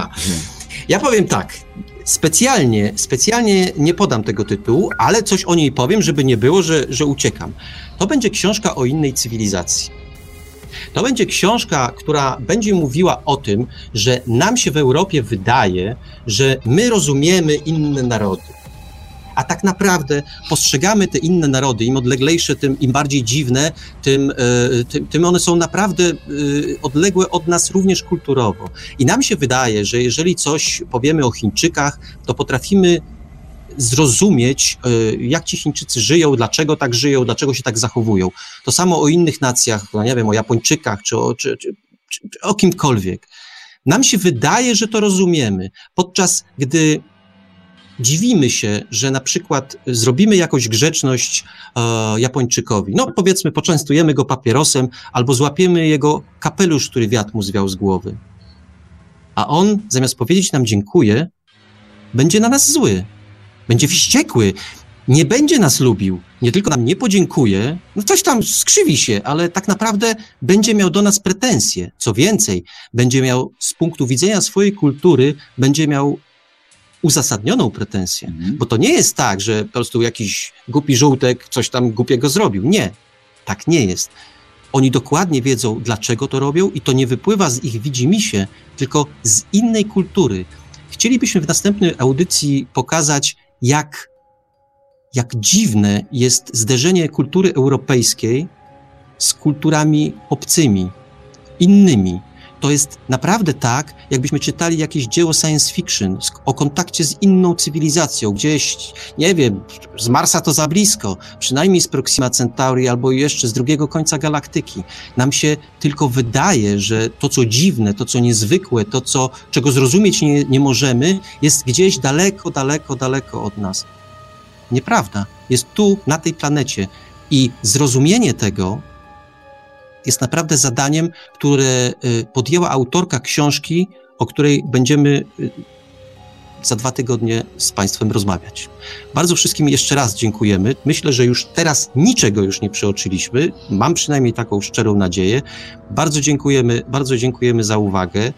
B: Ja powiem tak, specjalnie nie podam tego tytułu, ale coś o niej powiem, żeby nie było, że uciekam. To będzie książka o innej cywilizacji. To będzie książka, która będzie mówiła o tym, że nam się w Europie wydaje, że my rozumiemy inne narody. A tak naprawdę postrzegamy te inne narody, im odleglejsze, im bardziej dziwne, tym one są naprawdę odległe od nas również kulturowo. I nam się wydaje, że jeżeli coś powiemy o Chińczykach, to potrafimy zrozumieć, jak ci Chińczycy żyją, dlaczego tak żyją, dlaczego się tak zachowują. To samo o innych nacjach, nie wiem, o Japończykach czy o kimkolwiek. Nam się wydaje, że to rozumiemy, podczas gdy dziwimy się, że na przykład zrobimy jakąś grzeczność Japończykowi. No powiedzmy, poczęstujemy go papierosem albo złapiemy jego kapelusz, który wiatr mu zwiał z głowy. A on, zamiast powiedzieć nam dziękuję, będzie na nas zły. Będzie wściekły. Nie będzie nas lubił. Nie tylko nam nie podziękuje, no coś tam skrzywi się, ale tak naprawdę będzie miał do nas pretensje. Co więcej, będzie miał z punktu widzenia swojej kultury, będzie miał uzasadnioną pretensję, bo to nie jest tak, że po prostu jakiś głupi żółtek coś tam głupiego zrobił. Nie, tak nie jest. Oni dokładnie wiedzą, dlaczego to robią i to nie wypływa z ich widzimisię, tylko z innej kultury. Chcielibyśmy w następnej audycji pokazać, jak dziwne jest zderzenie kultury europejskiej z kulturami obcymi, innymi. To jest naprawdę tak, jakbyśmy czytali jakieś dzieło science fiction o kontakcie z inną cywilizacją, gdzieś, nie wiem, z Marsa to za blisko, przynajmniej z Proxima Centauri albo jeszcze z drugiego końca galaktyki. Nam się tylko wydaje, że to, co dziwne, to, co niezwykłe, to, czego zrozumieć nie możemy, jest gdzieś daleko, daleko, daleko od nas. Nieprawda. Jest tu, na tej planecie. I zrozumienie tego jest naprawdę zadaniem, które podjęła autorka książki, o której będziemy za 2 tygodnie z Państwem rozmawiać. Bardzo wszystkim jeszcze raz dziękujemy. Myślę, że już teraz niczego już nie przeoczyliśmy. Mam przynajmniej taką szczerą nadzieję. Bardzo dziękujemy za uwagę.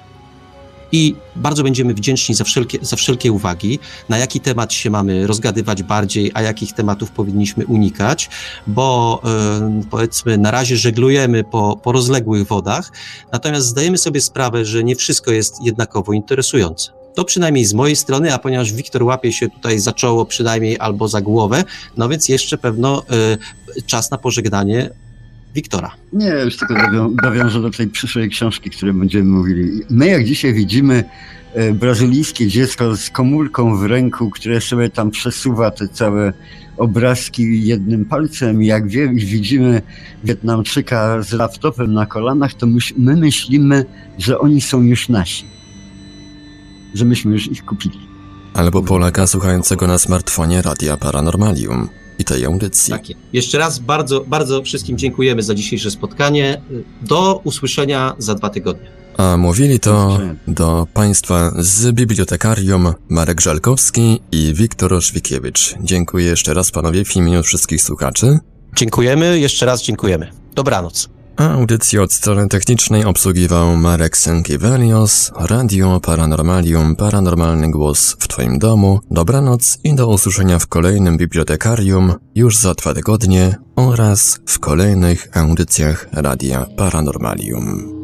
B: I bardzo będziemy wdzięczni za wszelkie uwagi, na jaki temat się mamy rozgadywać bardziej, a jakich tematów powinniśmy unikać, bo powiedzmy na razie żeglujemy po rozległych wodach, natomiast zdajemy sobie sprawę, że nie wszystko jest jednakowo interesujące. To przynajmniej z mojej strony, a ponieważ Wiktor łapie się tutaj za czoło przynajmniej albo za głowę, no więc jeszcze pewno czas na pożegnanie Wiktora.
C: Nie, już tylko nawiążę do tej przyszłej książki, o której będziemy mówili. My jak dzisiaj widzimy brazylijskie dziecko z komórką w ręku, które sobie tam przesuwa te całe obrazki jednym palcem. Jak widzimy Wietnamczyka z laptopem na kolanach, to my myślimy, że oni są już nasi. Że myśmy już ich kupili.
A: Albo Polaka słuchającego na smartfonie Radia Paranormalium i tej audycji.
B: Tak. Jeszcze raz bardzo, bardzo wszystkim dziękujemy za dzisiejsze spotkanie. Do usłyszenia za 2 tygodnie.
A: A mówili to do Państwa z bibliotekarium Marek Żalkowski i Wiktor Żwikiewicz. Dziękuję jeszcze raz panowie w imieniu wszystkich słuchaczy.
B: Dziękujemy, jeszcze raz dziękujemy. Dobranoc.
A: A audycję od strony technicznej obsługiwał Marek Sękiewelios, Radio Paranormalium, paranormalny głos w Twoim domu. Dobranoc i do usłyszenia w kolejnym bibliotekarium już za 2 tygodnie oraz w kolejnych audycjach Radia Paranormalium.